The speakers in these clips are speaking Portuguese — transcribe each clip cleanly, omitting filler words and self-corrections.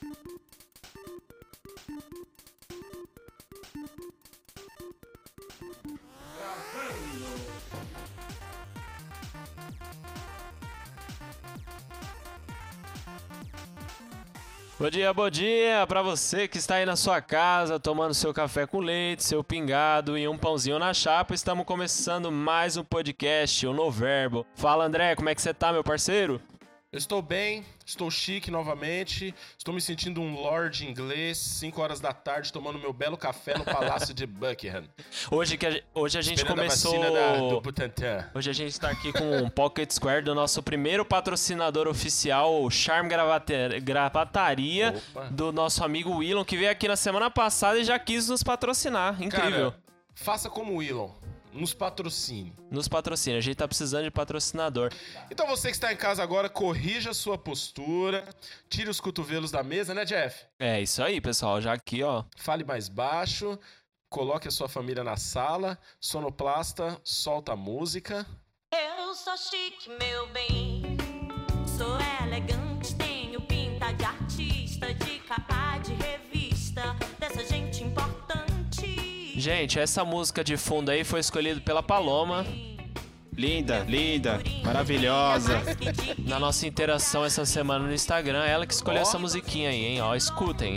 Bom dia pra você que está aí na sua casa tomando seu café com leite, seu pingado e um pãozinho na chapa. Estamos começando mais um podcast, o Noverbo. Fala, André, como é que você tá, meu parceiro? Eu estou bem, estou chique novamente, estou me sentindo um lord inglês, 5 horas da tarde, tomando meu belo café no Palácio de Buckingham. Hoje a gente Esperando começou... a vacina do Butantan. Hoje a gente está aqui com um Pocket Square do nosso primeiro patrocinador oficial, o Charme Gravataria, Opa. do nosso amigo Willon, que veio aqui na semana passada e já quis nos patrocinar. Incrível. Cara, faça como o Elon, nos patrocine. Nos patrocina, a gente tá precisando de patrocinador. Então você que está em casa agora, corrija a sua postura, tire os cotovelos da mesa, né, Jeff? É isso aí, pessoal, já aqui, ó. Fale mais baixo, coloque a sua família na sala, sonoplasta, solta a música. Eu sou chique, meu bem. Sou elegante, tenho pinta de artista, de capa de revista, dessa gente importante. Gente, essa música de fundo aí foi escolhida pela Paloma. Linda, maravilhosa. Na nossa interação essa semana no Instagram, ela que escolheu Ó. essa musiquinha aí, hein? Ó, escutem.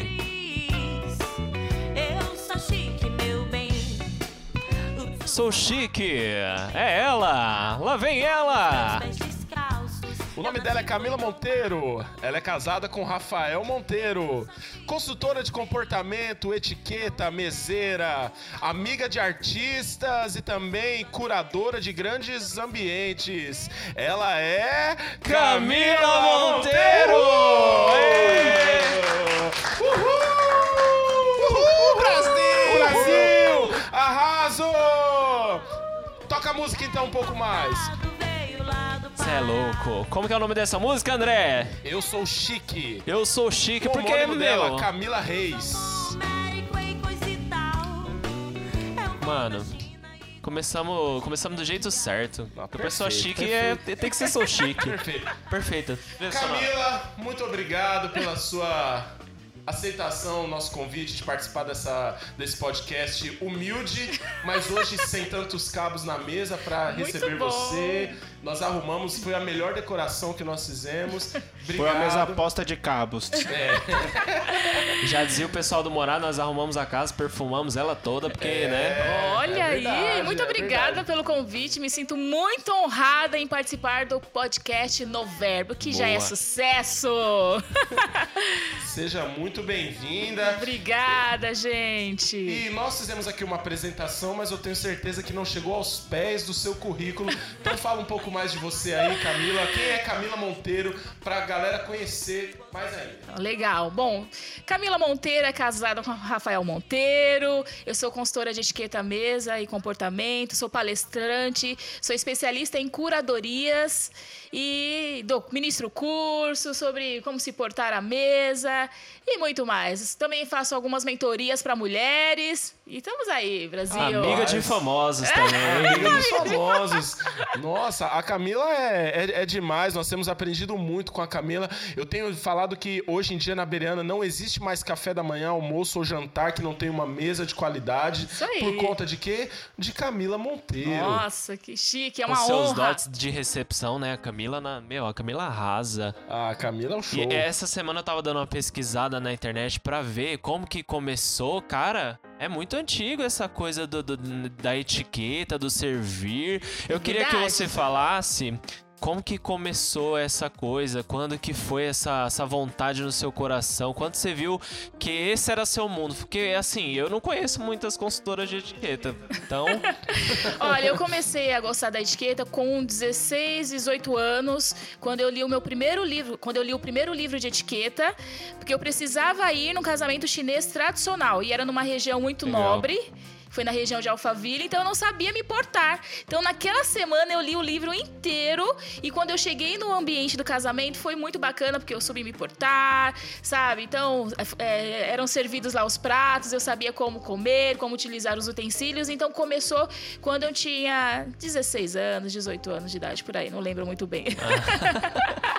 Eu sou chique, meu bem. Sou chique, é ela, lá vem ela. Pés descalços. O nome dela é Camila Monteiro. Ela é casada com Rafael Monteiro. Consultora de comportamento, etiqueta, meseira, amiga de artistas e também curadora de grandes ambientes. Ela é Camila Monteiro! Uhul! Brasil! Arraso! Toca a música então um pouco mais. Veio lá do Cê é louco. Como que é o nome dessa música, André? Eu sou chique. Eu sou chique, O porque, homônimo dela, meu... Camila Reis. Américo e coisa e tal. É uma Mano, rotina e- começamos do jeito certo. Ah, A pessoa perfeito, chique tem que ser sou chique. Perfeito. Perfeita. Camila, muito obrigado pela sua aceitação ao nosso convite de participar desse podcast humilde, mas hoje sem tantos cabos na mesa para receber bom. você. Nós arrumamos, foi a melhor decoração que nós fizemos. Obrigado. Foi a mesa posta de cabos. Já dizia o pessoal do Morar, nós arrumamos a casa, perfumamos ela toda, porque, né? Olha É verdade, aí, muito é obrigada verdade. pelo convite. Me sinto muito honrada em participar do podcast Noverbo, que já é Boa. sucesso. Seja muito bem-vinda. Obrigada, gente. E nós fizemos aqui uma apresentação, mas eu tenho certeza que não chegou aos pés do seu currículo. Então fala um pouco mais de você aí, Camila. Quem é Camila Monteiro, pra galera conhecer mais ainda? Legal. Bom, Camila Monteiro é casada com Rafael Monteiro. Eu sou consultora de etiqueta, mesa e comportamento. Sou palestrante. Sou especialista em curadorias e ministro curso sobre como se portar à mesa e muito mais. Também faço algumas mentorias para mulheres. E estamos aí, Brasil. Amiga de famosos também. Amiga dos famosos. Nossa, a Camila é demais. Nós temos aprendido muito com a Camila. Eu tenho falado que hoje em dia na Beriana não existe mais café da manhã, almoço ou jantar que não tenha uma mesa de qualidade. Isso aí. Por conta de quê? De Camila Monteiro. Nossa, que chique. É Com uma seus honra. dotes de recepção, né? A Camila, a Camila arrasa. A Camila é um show. E essa semana eu tava dando uma pesquisada na internet pra ver como que começou. Cara, é muito antigo essa coisa da etiqueta, do servir. Eu queria que Verdade. você falasse como que começou essa coisa, quando que foi essa vontade no seu coração, quando você viu que esse era seu mundo. Porque, assim, eu não conheço muitas consultoras de etiqueta, então... Olha, eu comecei a gostar da etiqueta com 16, 18 anos, quando eu li o primeiro livro de etiqueta, porque eu precisava ir num casamento chinês tradicional, e era numa região muito Legal. nobre. Foi na região de Alphaville, então eu não sabia me portar. Então, naquela semana, eu li o livro inteiro. E quando eu cheguei no ambiente do casamento, foi muito bacana, porque eu soube me portar, sabe? Então, eram servidos lá os pratos, eu sabia como comer, como utilizar os utensílios. Então, começou quando eu tinha 16 anos, 18 anos de idade, por aí. Não lembro muito bem.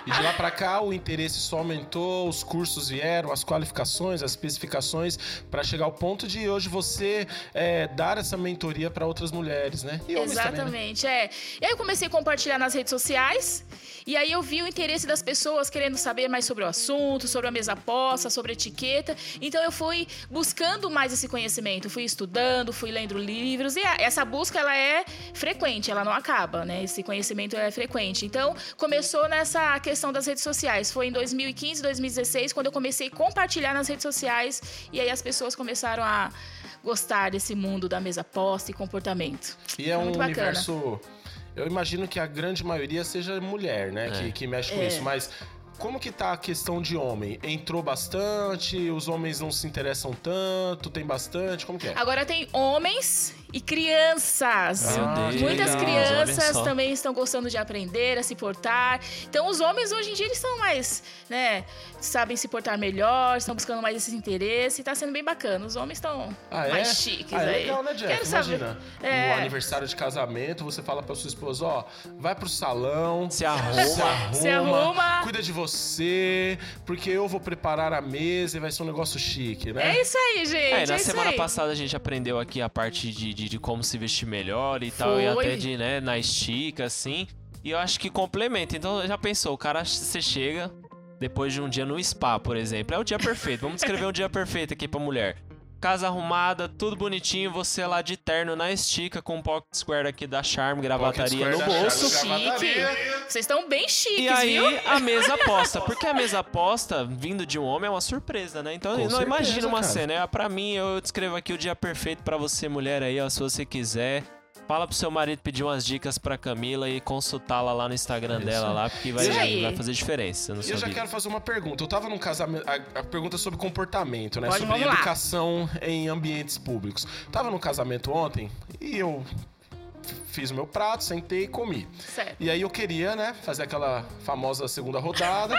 E de lá pra cá o interesse só aumentou, os cursos vieram, as qualificações, as especificações, pra chegar ao ponto de hoje você dar essa mentoria pra outras mulheres, né? E homens Exatamente, também, né? E aí eu comecei a compartilhar nas redes sociais, e aí eu vi o interesse das pessoas querendo saber mais sobre o assunto, sobre a mesa posta, sobre etiqueta. Então eu fui buscando mais esse conhecimento, fui estudando, fui lendo livros, e essa busca ela é frequente, ela não acaba, né? Esse conhecimento é frequente. Então começou nessa questão das redes sociais. Foi em 2015, 2016, quando eu comecei a compartilhar nas redes sociais, e aí as pessoas começaram a gostar desse mundo da mesa posta e comportamento. E é um muito bacana. universo... Eu imagino que a grande maioria seja mulher, né? Que mexe com isso, mas... Como que tá a questão de homem? Entrou bastante? Os homens não se interessam tanto? Tem bastante? Como que é? Agora tem homens e crianças. Meu Deus, Muitas legal, crianças olha só. também estão gostando de aprender a se portar. Então os homens hoje em dia eles são mais, né, sabem se portar melhor, estão buscando mais esse interesse e tá sendo bem bacana. Os homens estão mais chiques é aí. legal, né, Jeff? Quero saber. Imagina, É. no aniversário de casamento, você fala pra sua esposa, ó, vai pro salão, Se arruma. Se arruma. cuida de você, porque eu vou preparar a mesa e vai ser um negócio chique, né? É isso aí, gente. Na isso semana aí. passada a gente aprendeu aqui a parte de como se vestir melhor e tal, e Foi. até de, né, na estica, assim. E eu acho que complementa. Então, já pensou, o cara, você chega depois de um dia no spa, por exemplo. É o dia perfeito. Vamos descrever um dia perfeito aqui pra mulher. Casa arrumada, tudo bonitinho, você lá de terno na estica, com um pocket square aqui da Charme, gravataria no Pocket square da bolso. Charme. Chique. Gravataria. Vocês estão bem chiques, E aí, viu? a mesa posta. Porque a mesa posta, vindo de um homem, é uma surpresa, né? Então, Com não certeza, imagina uma cara. cena. Pra mim, eu descrevo aqui o dia perfeito pra você, mulher aí, ó, se você quiser. Fala pro seu marido pedir umas dicas pra Camila e consultá-la lá no Instagram dela, lá, porque vai, Isso aí. vai fazer diferença no E seu eu já vídeo. quero fazer uma pergunta. Eu tava num casamento. A pergunta é sobre comportamento, né? Pode, Sobre vamos lá. educação em ambientes públicos. Tava num casamento ontem e eu fiz o meu prato, sentei e comi. Certo. E aí eu queria, né, fazer aquela famosa segunda rodada,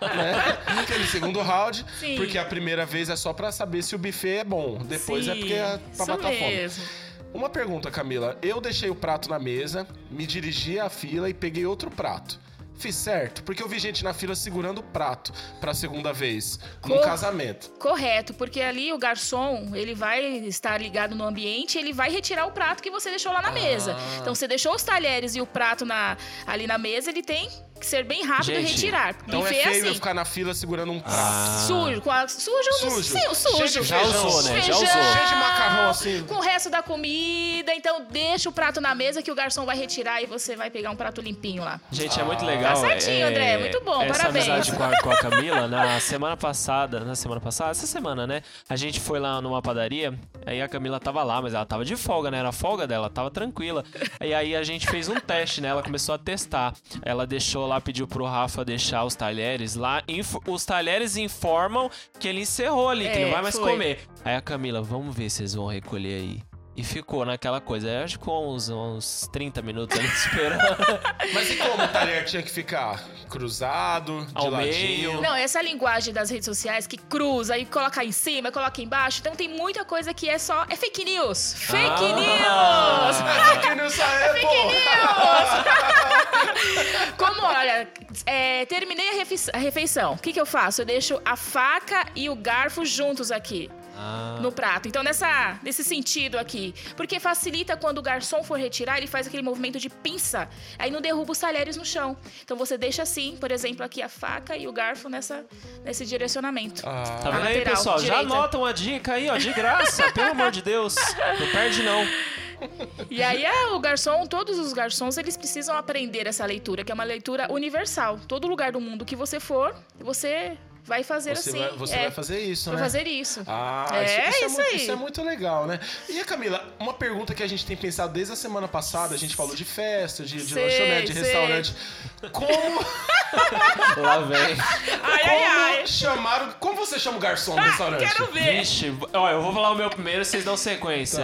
né? Aquele segundo round. Sim. Porque a primeira vez é só pra saber se o buffet é bom. Depois é porque é pra isso matar a fome. mesmo. Uma pergunta, Camila. Eu deixei o prato na mesa, me dirigi à fila e peguei outro prato. Fiz certo? Porque eu vi gente na fila segurando o prato pra segunda vez, num casamento. Correto, porque ali o garçom, ele vai estar ligado no ambiente, ele vai retirar o prato que você deixou lá na mesa. Então, você deixou os talheres e o prato ali na mesa, ele tem que ser bem rápido e Gente, retirar. Então Buffet é feio eu assim. ficar na fila segurando um prato. Sujo, Sujo. sujo. Cheio de Já feijão. usou, né? Já Feijão, usou. Cheio de macarrão assim. Com o resto da comida. Então, deixa o prato na mesa que o garçom vai retirar e você vai pegar um prato limpinho lá. Gente, é muito legal. Tá certinho, André, muito bom, essa parabéns. amizade com a Camila, essa semana, né? A gente foi lá numa padaria, aí a Camila tava lá, mas ela tava de folga, né? Era a folga dela, tava tranquila. E aí a gente fez um teste, né? Ela começou a testar. Ela deixou lá, pediu pro Rafa deixar os talheres lá. Os talheres informam que ele encerrou ali, que não vai mais foi. comer. Aí a Camila, vamos ver se eles vão recolher aí. E ficou naquela coisa. Eu acho que ficou uns 30 minutos ali esperando. Mas e como o talher tinha que ficar? Cruzado, de Ao ladinho? meio. Não, essa linguagem das redes sociais que cruza e coloca em cima, coloca embaixo. Então tem muita coisa que é fake news. Fake news! Fake news aí, pô! Como, olha, terminei a refeição. O que eu faço? Eu deixo a faca e o garfo juntos aqui. No prato. Então, nesse sentido aqui. Porque facilita quando o garçom for retirar, ele faz aquele movimento de pinça. Aí não derruba os talheres no chão. Então, você deixa assim, por exemplo, aqui a faca e o garfo nesse direcionamento. Tá vendo A aí, lateral, pessoal? Já direita. anota uma dica aí, ó, de graça. Pelo amor de Deus. Não perde, não. E aí, todos os garçons, eles precisam aprender essa leitura, que é uma leitura universal. Todo lugar do mundo que você for, você vai fazer assim. Você vai fazer isso, Vai né? fazer isso. Isso aí. é muito legal, né? E a Camila, uma pergunta que a gente tem pensado desde a semana passada, a gente falou de festa, de lanchonete, de restaurante. Como Lá vem. Como você chama o garçom do restaurante? Quero ver. Vixe, ó, eu vou falar o meu primeiro, vocês dão sequência. Tá.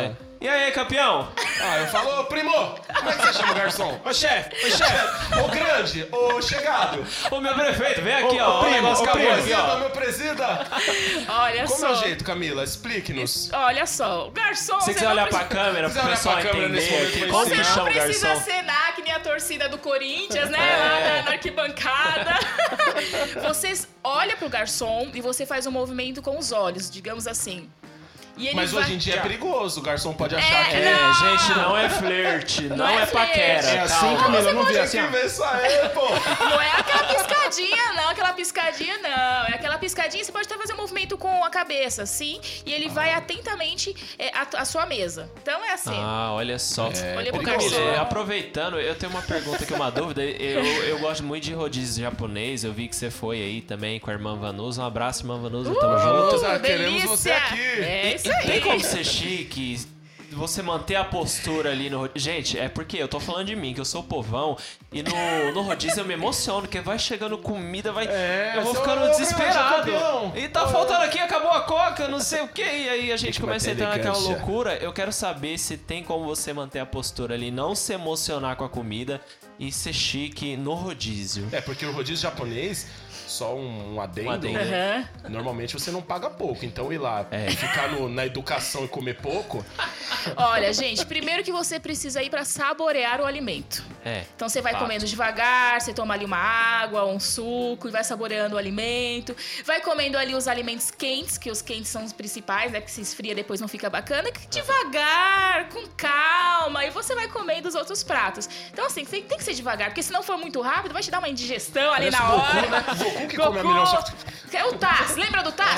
E aí, campeão? Ah, eu falo, ô primo, como é que você chama o garçom? Ô, chefe! Ô grande, ô chegado. Ô, meu prefeito, vem aqui, Ô, ó. primo, o negócio ô, acabou primo. aqui, ó. Meu presida. Olha Como só. é o jeito, Camila? Explique-nos. Olha só, o garçom... Se você quiser não olhar precisa- pra câmera, Se pro quiser olhar pessoal pra câmera nesse entender momento, aqui, vai como ser. que Você chama não o precisa garçom. cenar que nem a torcida do Corinthians, né? Lá na arquibancada. Você olha pro garçom e você faz um movimento com os olhos, digamos assim. E ele Mas vai... hoje em dia é perigoso, o garçom pode achar que... Não. Gente, não é flerte, não é é flerte. paquera. É assim, calma. Camila, eu não vi Tem assim, que ó. ver isso aí, pô. Não é aquela piscadinha, não. Aquela piscadinha, não. É aquela piscadinha, você pode até fazer um movimento com a cabeça, assim. E ele vai atentamente à sua mesa. Então é assim. Ah, olha só. Olha pro Ô, Camila, garçom. aproveitando, eu tenho uma pergunta aqui, uma dúvida. Eu gosto muito de rodízio japonês. Eu vi que você foi aí também com a irmã Vanusa. Um abraço, irmã Vanusa. Tamo junto. Vanusa, queremos delícia. você aqui. É isso Tem aí. como ser chique, você manter a postura ali no rodízio? Gente, é porque eu tô falando de mim, que eu sou povão, e no rodízio eu me emociono, porque vai chegando comida, vai... eu vou seu- ficando ô, desesperado. campeão. E tá faltando aqui, acabou a coca, não sei o que, e aí a gente que começa a manter entrar naquela elegância. loucura. Eu quero saber se tem como você manter a postura ali, não se emocionar com a comida e ser chique no rodízio. É, porque o rodízio japonês, só um adendo, adendo. né? Normalmente você não paga pouco, então ir lá ficar na educação e comer pouco... Olha, gente, primeiro que você precisa ir pra saborear o alimento. É. Então você vai Fato. comendo devagar, você toma ali uma água, um suco e vai saboreando o alimento. Vai comendo ali os alimentos quentes, que os quentes são os principais, né? Que se esfria depois não fica bacana. Devagar, com calma, e você vai comendo os outros pratos. Então assim, você tem que ser devagar, porque se não for muito rápido, vai te dar uma indigestão ali Parece na o hora. Goku, né? O Goku que come a milhão só... É o Taz, lembra do Taz?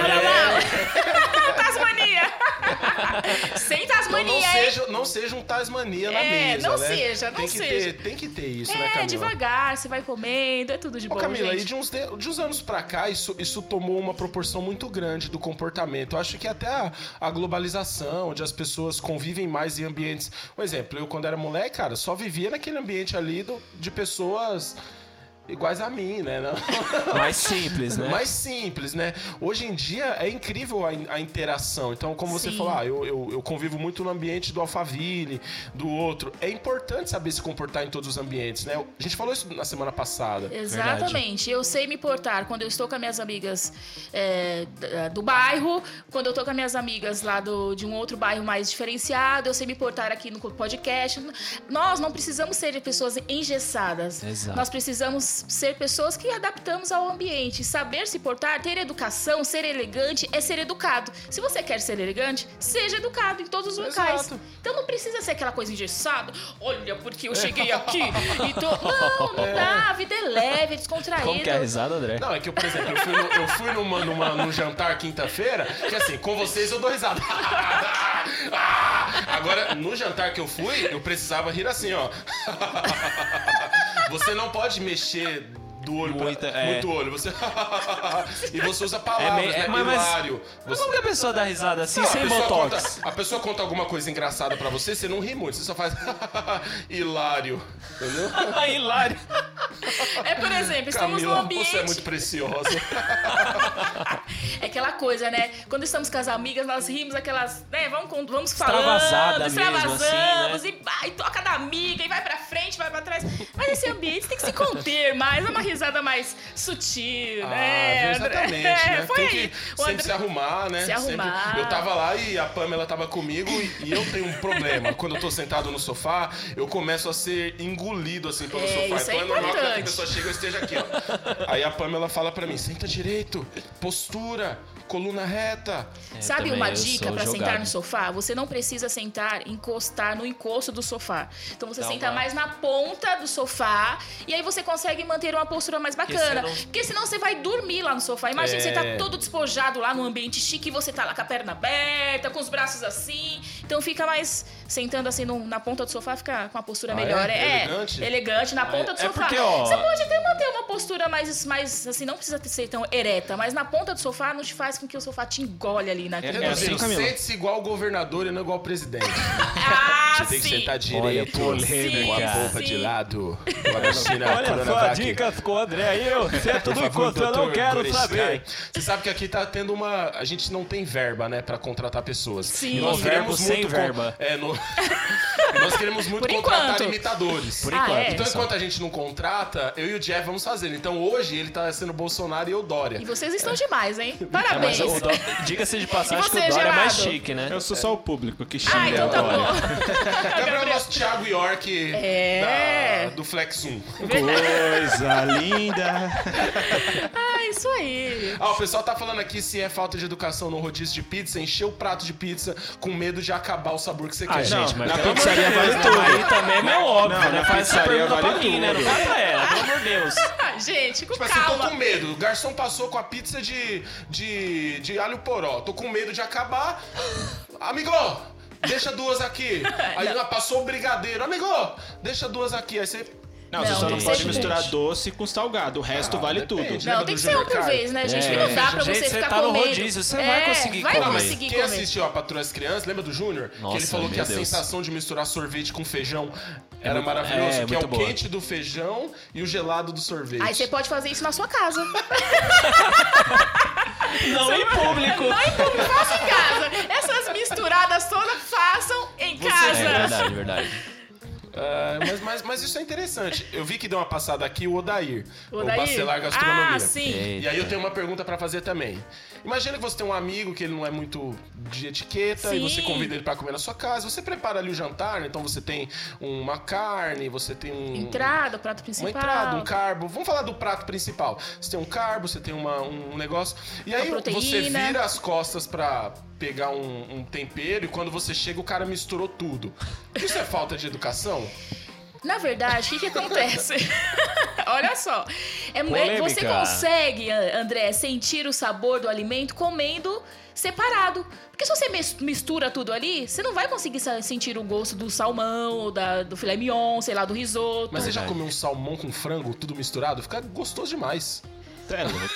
Tasmania. Sem Então Tasmania, hein? não seja um Tasmania na É, mesa, não né? seja, não tem que seja. tem que ter isso, né, Camila? Devagar, você vai comendo, é tudo de Ô, bom, Camila, gente. e de uns anos pra cá, isso tomou uma proporção muito grande do comportamento. Eu acho que até a globalização, onde as pessoas convivem mais em ambientes... Por exemplo, eu quando era moleque, cara, só vivia naquele ambiente ali de pessoas... iguais a mim, né? Mais simples, né? Mais simples, né? Hoje em dia é incrível a interação. Então, como você Sim. falou, eu convivo muito no ambiente do Alphaville, do outro. É importante saber se comportar em todos os ambientes, né? A gente falou isso na semana passada. Exatamente. Eu sei me portar quando eu estou com as minhas amigas do bairro, quando eu estou com as minhas amigas lá de um outro bairro mais diferenciado, eu sei me portar aqui no podcast. Nós não precisamos ser pessoas engessadas. Exato. Nós precisamos ser pessoas que adaptamos ao ambiente. Saber se portar, ter educação, ser elegante é ser educado. Se você quer ser elegante, seja educado em todos os locais. Exato. Então não precisa ser aquela coisa engessada. Olha, porque eu cheguei aqui e tô... Não dá. A vida é leve, é descontraída. Como que é a risada, André? Não, é que, por exemplo, eu fui num jantar quinta-feira, que assim, com vocês eu dou risada. Agora, no jantar que eu fui, eu precisava rir assim, ó. Você não pode mexer do olho muito olho. Você... e você usa palavras, né? Hilário. Mas como que a pessoa dá risada assim, Não, sem botox? a pessoa conta alguma coisa engraçada pra você, você não ri muito, você só faz hilário, entendeu? Hilário. É, por exemplo, estamos num Camila, ambiente... você é muito preciosa. É aquela coisa, né? Quando estamos com as amigas, nós rimos aquelas... Né? Vamos falando, Extravasada mesmo, extravasamos, assim, né? e toca da amiga, e vai pra frente, vai pra trás. Mas esse ambiente tem que se conter mais, é uma risada mais sutil, né? Exatamente, né? Foi Tem aí. que O sempre André- se arrumar, né? Se arrumar. Sempre... Eu tava lá e a Pamela tava comigo e eu tenho um problema. Quando eu tô sentado no sofá, eu começo a ser engolido assim pelo sofá. isso é Então é normal que a importante. pessoa chega e esteja aqui, ó. Aí a Pamela fala pra mim, senta direito, postura, coluna reta. Sabe também, uma eu dica sou pra sentar jogado. no sofá? Você não precisa encostar no encosto do sofá. Então você Dá senta uma- mais na ponta do sofá e aí você consegue manter uma postura mais bacana. você não- Porque senão você vai dormir lá no sofá. Imagina, você tá todo despojado lá num ambiente chique e você tá lá com a perna aberta, com os braços assim. Então fica mais sentando assim na ponta do sofá, fica com uma postura melhor. Elegante? Elegante na ponta do é sofá. porque, ó, Você pode até manter uma postura mais assim, não precisa ser tão ereta, mas na ponta do sofá não te faz com que o sofá te engole ali naquele É assim, Reduzindo, Camila? sente-se igual o governador e não igual o presidente. Ah, Você tem que sentar direito, polêmica. com a polpa de lado, com a vacina Olha só a Coronavac. dica com o André aí, eu sento no encontro, eu não quero Goretzka. saber. Você sabe que aqui tá tendo uma... A gente não tem verba, né, pra contratar pessoas. Sim. E nós queremos Verbo sem muito... verba. Nós queremos muito Por contratar enquanto. imitadores. Por Ah, enquanto. é? Então, pessoal. enquanto a gente não contrata, eu e o Jeff vamos fazer. Então, hoje, ele tá sendo Bolsonaro e eu Dória. E vocês estão demais, hein? Mas Parabéns. diga-se de passagem E que você, o Dória é mais Gelado? chique, né? Eu sou só o público que xinga. Ah, então tá agora. bom. Gabriel é o nosso Thiago York do Flex 1. Coisa linda. Ah, isso aí. Ah, o pessoal tá falando aqui se é falta de educação no rodízio de pizza, encher o prato de pizza com medo de acabar o sabor que você quer. Gente, mas na pelo amor de pizzaria Deus, vale né? tudo. Aí também é meio óbvio, Não, né? na Faz essa pizzaria pergunta vale pra mim, né? Não tudo. faz pra ela, pelo amor de Deus. Ah, gente, com Tipo assim, tô calma. com medo. O garçom passou com a pizza de alho poró. Tô com medo de acabar. Amigo, deixa duas aqui. Aí passou o brigadeiro. Amigo, deixa duas aqui. Aí você... Não, Não, você só tem não que pode ser misturar gente. doce com salgado. O resto vale depende. tudo. Não, Lembra tem do que ser um Júnior por Carlos? vez, né, gente? É, Não dá pra gente, você você ficar tá no comendo. rodízio, você não vai conseguir vai comer. conseguir Quem comer. assistiu a Patroa das Crianças, lembra do Júnior? Que Nossa, ele falou que meu a Deus. sensação de misturar sorvete com feijão era muito- maravilhoso. é, que é o muito boa. quente do feijão e o gelado do sorvete. Aí você pode fazer isso na sua casa. Não em público. Não em público, faça em casa. Essas misturadas todas façam em Você- casa. É verdade, verdade. Ah, mas isso é interessante. Eu vi que deu uma passada aqui o Odair. O Odair? Bacelar Gastronomia. Ah, sim. E aí eu tenho uma pergunta pra fazer também. Imagina que você tem um amigo que ele não é muito de etiqueta e Sim. você convida ele pra comer na sua casa. Você prepara ali o jantar, né? Então você tem uma carne, você tem Entrada, prato uma principal. entrada, um carbo. Vamos falar do prato principal. Você tem um carbo, você tem um negócio. E aí Uma você proteína. vira as costas pra pegar um tempero e quando você chega o cara misturou tudo. Isso é falta de educação? Na verdade, o que acontece? Olha só. Polêmica. Você consegue, André, sentir o sabor do alimento comendo separado. Porque se você mistura tudo ali, você não vai conseguir sentir o gosto do salmão, ou do filé mignon, sei lá, do risoto. Mas você já comeu um salmão com frango, tudo misturado? Fica gostoso demais. Você é louco.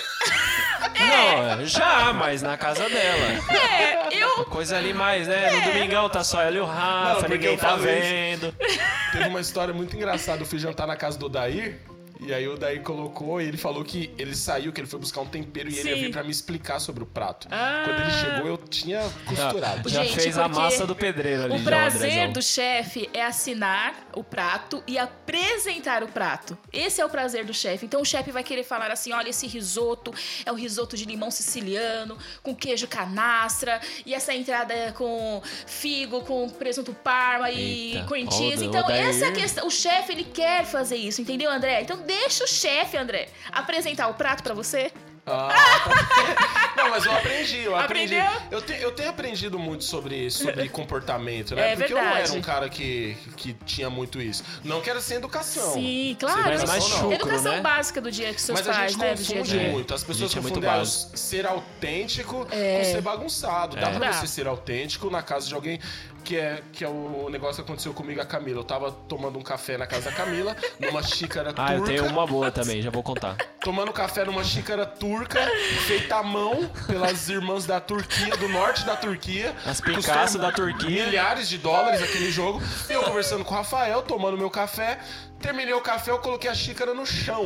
Não, já, mas na casa dela. Eu... Coisa ali mais, né? No domingão tá só ela e o Rafa, Não, porque ninguém eu tá falo isso. vendo. Teve uma história muito engraçada. Eu fui jantar na casa do Odair. E aí o Odair colocou e ele falou que ele saiu, que ele foi buscar um tempero e ele ia Sim. vir pra me explicar sobre o prato. Ah. Quando ele chegou, eu tinha costurado. Já Gente, fez a porque massa do pedreiro ali, O já, prazer Andrezão. do chefe é assinar o prato e apresentar o prato. Esse é o prazer do chefe. Então o chefe vai querer falar assim, olha, esse risoto é o risoto de limão siciliano, com queijo canastra, e essa entrada é com figo, com presunto parma e Eita, cream cheese. ó, Então Odair. essa é a questão. O chefe, ele quer fazer isso, entendeu, André? Então deixa o chefe, André, apresentar o prato pra você. Ah, tá. Não, mas eu aprendi. Aprendeu? Eu tenho aprendido muito sobre comportamento, né? É Porque eu não verdade. era um cara que tinha muito isso. Não quero ser educação. Sim, claro. Mas mais chucro, Educação né? básica do dia que seus Mas a pais, gente né? Do dia a confunde dia. muito. As pessoas Gente, é muito confundem básico. ser autêntico com ser bagunçado. Dá pra Dá. você ser autêntico na casa de alguém que é o negócio que aconteceu comigo e a Camila. Eu tava tomando um café na casa da Camila, numa xícara turca. Ah, eu tenho uma boa também, já vou contar. Tomando café numa xícara turca, feita à mão pelas irmãs da Turquia, do norte da Turquia. As Picasso Custou da Turquia. Milhares de dólares aquele jogo. E eu conversando com o Rafael, tomando meu café. Terminei o café, eu coloquei a xícara no chão.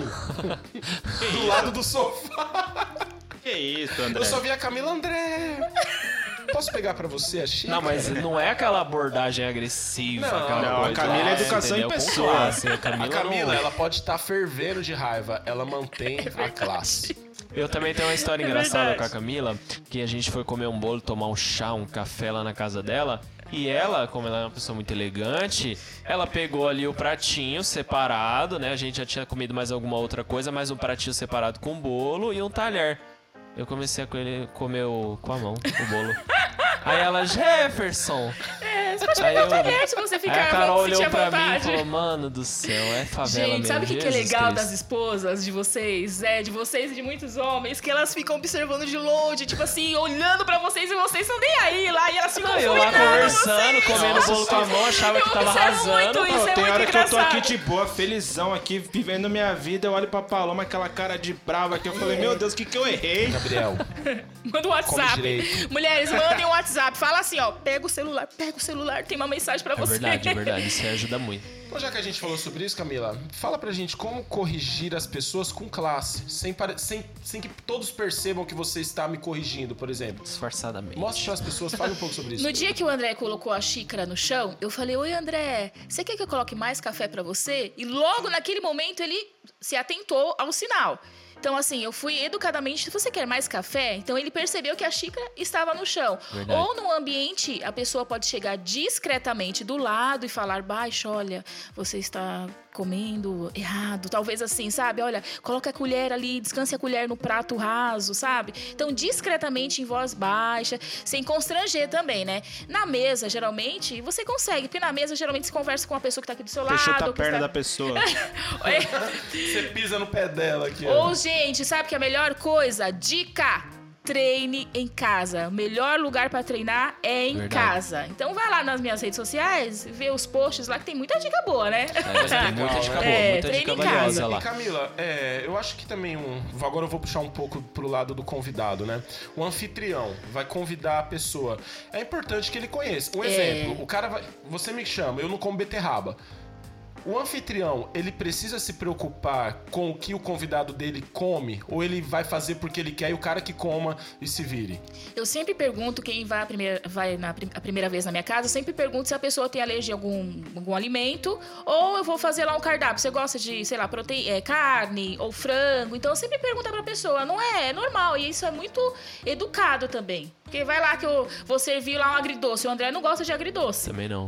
Do lado do sofá. Que isso, André? Eu só vi a Camila, André. Posso pegar pra você a xícara? Não, mas não é aquela abordagem agressiva. Não, aquela não, a coisa, Camila é educação entendeu? em Com pessoa. classe, A Camila, não- ela pode estar fervendo de raiva. Ela mantém a classe. Eu também tenho uma história engraçada verdade. com a Camila, que a gente foi comer um bolo, tomar um chá, um café lá na casa dela. E ela, como ela é uma pessoa muito elegante, ela pegou ali o pratinho separado, né? A gente já tinha comido mais alguma outra coisa, mas um pratinho separado com bolo e um talher. Eu comecei a comer com a mão o bolo. Aí ela, Jefferson! Você pode Aí pegar eu- o talher se você Aí ficar a Carol sentir olhou à pra mim e vontade. falou, mano do céu, é favela Gente, mesmo. sabe o que é Jesus legal Cristo. das esposas de vocês? De vocês e de muitos homens, que elas ficam observando de longe, tipo assim, olhando pra vocês e vocês estão nem aí lá, e elas ficam Não, eu lá fulminando conversando, vocês. comendo bolo com a mão, achava que Eu tava observo arrasando. muito isso, é Tem muito hora que eu tô engraçado. aqui de boa, felizão aqui, vivendo minha vida, eu olho pra Paloma, aquela cara de brava que eu falei, meu Deus, o que eu errei? Gabriel, Manda um come WhatsApp. direito. Mulheres, mandem um WhatsApp. Fala assim, ó, pega o celular tem uma mensagem pra É você. verdade. Isso aí ajuda muito. Então, já que a gente falou sobre isso, Camila, fala pra gente como corrigir as pessoas com classe, sem que todos percebam que você está me corrigindo, por exemplo. Disfarçadamente. Mostre para as pessoas, fale um pouco sobre isso. No dia que o André colocou a xícara no chão, eu falei, oi André, você quer que eu coloque mais café pra você? E logo naquele momento ele se atentou ao sinal. Então, assim, eu fui educadamente, você quer mais café? Então, ele percebeu que a xícara estava no chão. Verdade. Ou no ambiente, a pessoa pode chegar discretamente do lado e falar baixo, olha, você está comendo errado. Talvez assim, sabe? Olha, coloca a colher ali, descanse a colher no prato raso, sabe? Então, discretamente, em voz baixa, sem constranger também, né? Na mesa, geralmente, você consegue, porque na mesa, geralmente, você conversa com a pessoa que está aqui do seu lado. Chuta a que perna está... da pessoa. Você pisa no pé dela aqui, ó. Ou, gente, sabe que a melhor coisa? Dica! Treine em casa. O melhor lugar pra treinar é em casa. Então vai lá nas minhas redes sociais, vê os posts lá que tem muita dica boa, né? Tem muita dica boa, muita treine dica em valiosa casa. lá. E Camila, eu acho que também agora eu vou puxar um pouco pro lado do convidado, né? O anfitrião vai convidar a pessoa. É importante que ele conheça. Um exemplo, o cara vai... Você me chama, eu não como beterraba. O anfitrião, ele precisa se preocupar com o que o convidado dele come? Ou ele vai fazer porque ele quer e o cara que coma e se vire? Eu sempre pergunto, quem vai a primeira vez na minha casa, eu sempre pergunto se a pessoa tem alergia a algum alimento, ou eu vou fazer lá um cardápio. Você gosta de, sei lá, carne ou frango? Então eu sempre pergunto pra pessoa, não é? É normal, e isso é muito educado também. Porque vai lá que eu vou servir lá um agridoce. O André não gosta de agridoce. Também não.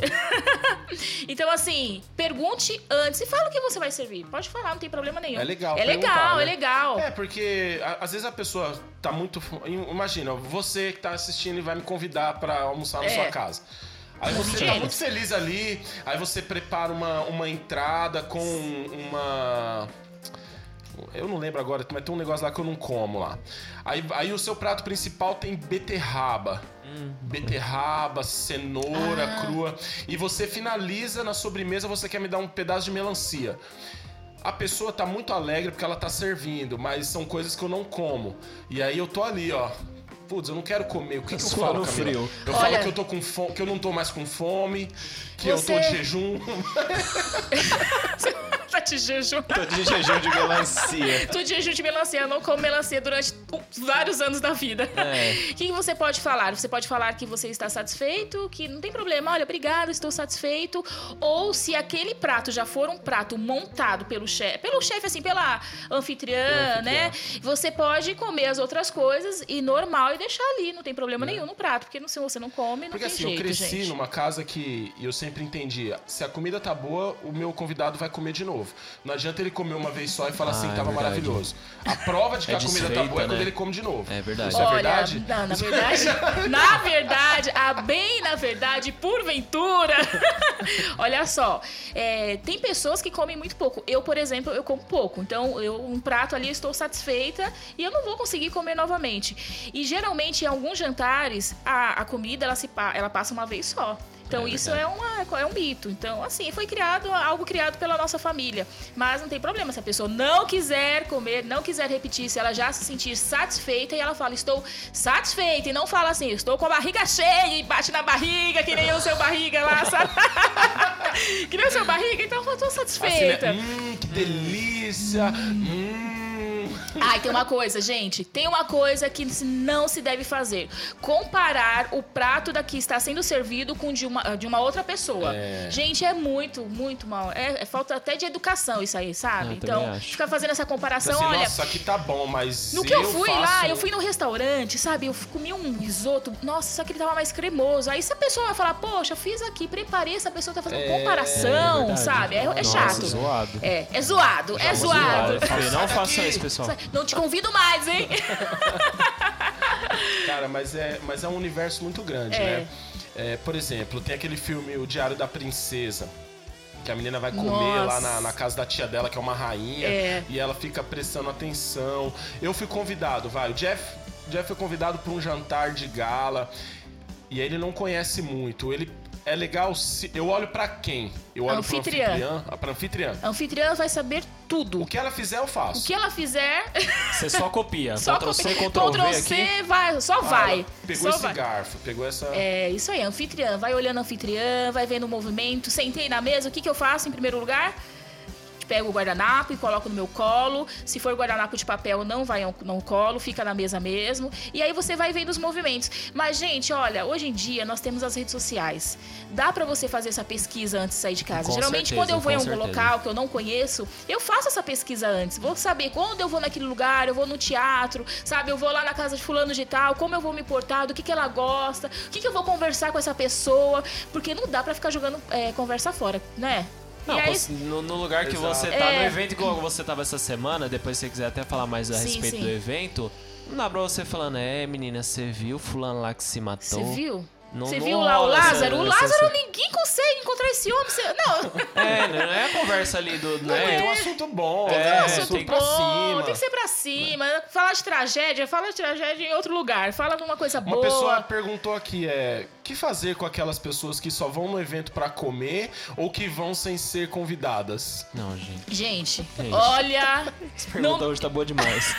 Então, assim, pergunte antes e fala o que você vai servir. Pode falar, não tem problema nenhum. É legal. É legal, né? é legal. É, porque às vezes a pessoa tá muito... Imagina, você que tá assistindo e vai me convidar pra almoçar na sua casa. Aí você tá muito feliz ali, aí você prepara uma entrada com uma... Eu não lembro agora, mas tem um negócio lá que eu não como lá. Aí o seu prato principal tem beterraba. Beterraba, cenoura crua. E você finaliza na sobremesa, você quer me dar um pedaço de melancia. A pessoa tá muito alegre porque ela tá servindo, mas são coisas que eu não como. E aí eu tô ali, ó. Putz, eu não quero comer. O que eu falo, Camila? Frio. Eu falo que eu tô com fome, que eu não tô mais com fome, que eu tô de jejum. Tá de jejum. Tô de jejum de melancia. Tô de jejum de melancia. Eu não como melancia durante vários anos da vida. O que você pode falar? Você pode falar que você está satisfeito, que não tem problema. Olha, obrigado, estou satisfeito. Ou se aquele prato já for um prato montado pelo chefe, assim, pela anfitriã, né? Você pode comer as outras coisas e normal e deixar ali. Não tem problema nenhum no prato. Porque se você não come, não porque tem assim, jeito, eu cresci gente. numa casa que eu sempre entendi. Se a comida tá boa, o meu convidado vai comer de novo. Não adianta ele comer uma vez só e falar assim que tava maravilhoso. A prova de que a comida tá boa é quando ele come de novo. É verdade. Isso é verdade? Não, na verdade, porventura. Olha só, tem pessoas que comem muito pouco. Eu, por exemplo, eu como pouco. Então, um prato ali, eu estou satisfeita e eu não vou conseguir comer novamente. E geralmente, em alguns jantares, a comida, ela passa uma vez só. Então, isso é um mito. Então, assim, foi algo criado pela nossa família. Mas não tem problema. Se a pessoa não quiser comer, não quiser repetir, se ela já se sentir satisfeita e ela fala, estou satisfeita. E não fala assim, estou com a barriga cheia e bate na barriga, que nem o seu barriga lá, sabe? Que nem o seu barriga. Então, eu estou satisfeita. Assim, que delícia. Ah, e tem uma coisa, gente. Tem uma coisa que não se deve fazer. Comparar o prato da que está sendo servido com de uma outra pessoa. Gente, é muito, muito mal. É falta até de educação isso aí, sabe? Então, ficar fazendo essa comparação, assim, olha... Nossa, aqui tá bom, mas No que eu fui lá, eu fui no restaurante, sabe? Eu comi um risoto. Nossa, só que ele tava mais cremoso. Aí se a pessoa vai falar, poxa, fiz aqui, preparei, essa pessoa tá fazendo comparação, sabe? É chato. Zoado. É zoado, é zoado. Eu falei, não façam isso, pessoal. Não te convido mais, hein? Cara, mas é um universo muito grande, né? Por exemplo, tem aquele filme O Diário da Princesa, que a menina vai comer lá na casa da tia dela, que é uma rainha, e ela fica prestando atenção. Eu fui convidado, o Jeff foi convidado para um jantar de gala, e ele não conhece muito. é legal se... Eu olho pra quem? Eu olho Anfitriã. Pra anfitriã. A anfitriã vai saber tudo. O que ela fizer, eu faço. O que ela fizer... Você só copia. Só Ctrl+C, copia. Ctrl+V Ctrl+C, aqui. vai, só vai. Ela pegou Só esse vai. garfo, pegou essa... É, isso aí, anfitriã. Vai olhando a anfitriã, vai vendo o movimento. Sentei na mesa, o que eu faço em primeiro lugar? Pego o guardanapo e coloco no meu colo. Se for guardanapo de papel, não vai no colo, fica na mesa mesmo. E aí você vai vendo os movimentos. Mas, gente, olha, hoje em dia nós temos as redes sociais. Dá pra você fazer essa pesquisa antes de sair de casa. Com Geralmente, certeza, quando eu vou em com algum certeza. local que eu não conheço, eu faço essa pesquisa antes. Vou saber quando eu vou naquele lugar, eu vou no teatro, sabe? Eu vou lá na casa de fulano de tal, como eu vou me portar, do que ela gosta, o que eu vou conversar com essa pessoa. Porque não dá pra ficar jogando conversa fora, né? Não, E aí, no lugar que Exato. você tá, no evento igual você tava essa semana, depois se você quiser até falar mais a Sim, respeito sim. do evento, não dá pra você falando, menina, você viu fulano lá que se matou? você viu? Não- Você não viu lá o rola essa- Lázaro? O essa- Lázaro, ninguém consegue encontrar esse homem. Não, Não é a conversa ali do... Não, né? tem um assunto bom, É, né? assunto Assunto tem- pra cima. tem que ser pra cima. Falar de tragédia, fala de tragédia em outro lugar. Fala de uma coisa Uma boa. pessoa perguntou aqui, o que fazer com aquelas pessoas que só vão no evento pra comer ou que vão sem ser convidadas? Não, gente. Gente, olha... Essa pergunta hoje tá boa demais.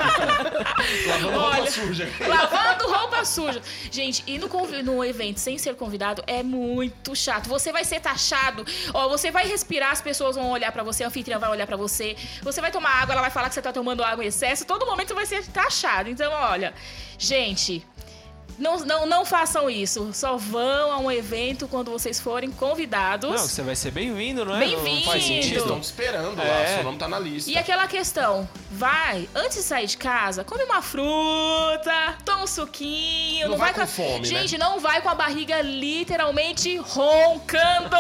Lavando roupa Olha, suja. lavando roupa suja. Gente, ir no evento sem ser convidado é muito chato. Você vai ser taxado. Ó, você vai respirar, as pessoas vão olhar pra você, a anfitriã vai olhar pra você. Você vai tomar água, ela vai falar que você tá tomando água em excesso. Todo momento você vai ser taxado. Então, olha, gente... Não façam isso. Só vão a um evento quando vocês forem convidados. Não, você vai ser bem-vindo, não é? Bem-vindo. Não faz Eles sentido. estão te esperando lá, É. seu nome tá na lista. E aquela questão, vai, antes de sair de casa, come uma fruta, toma um suquinho. Não vai com com fome, Gente, não vai com a barriga literalmente roncando.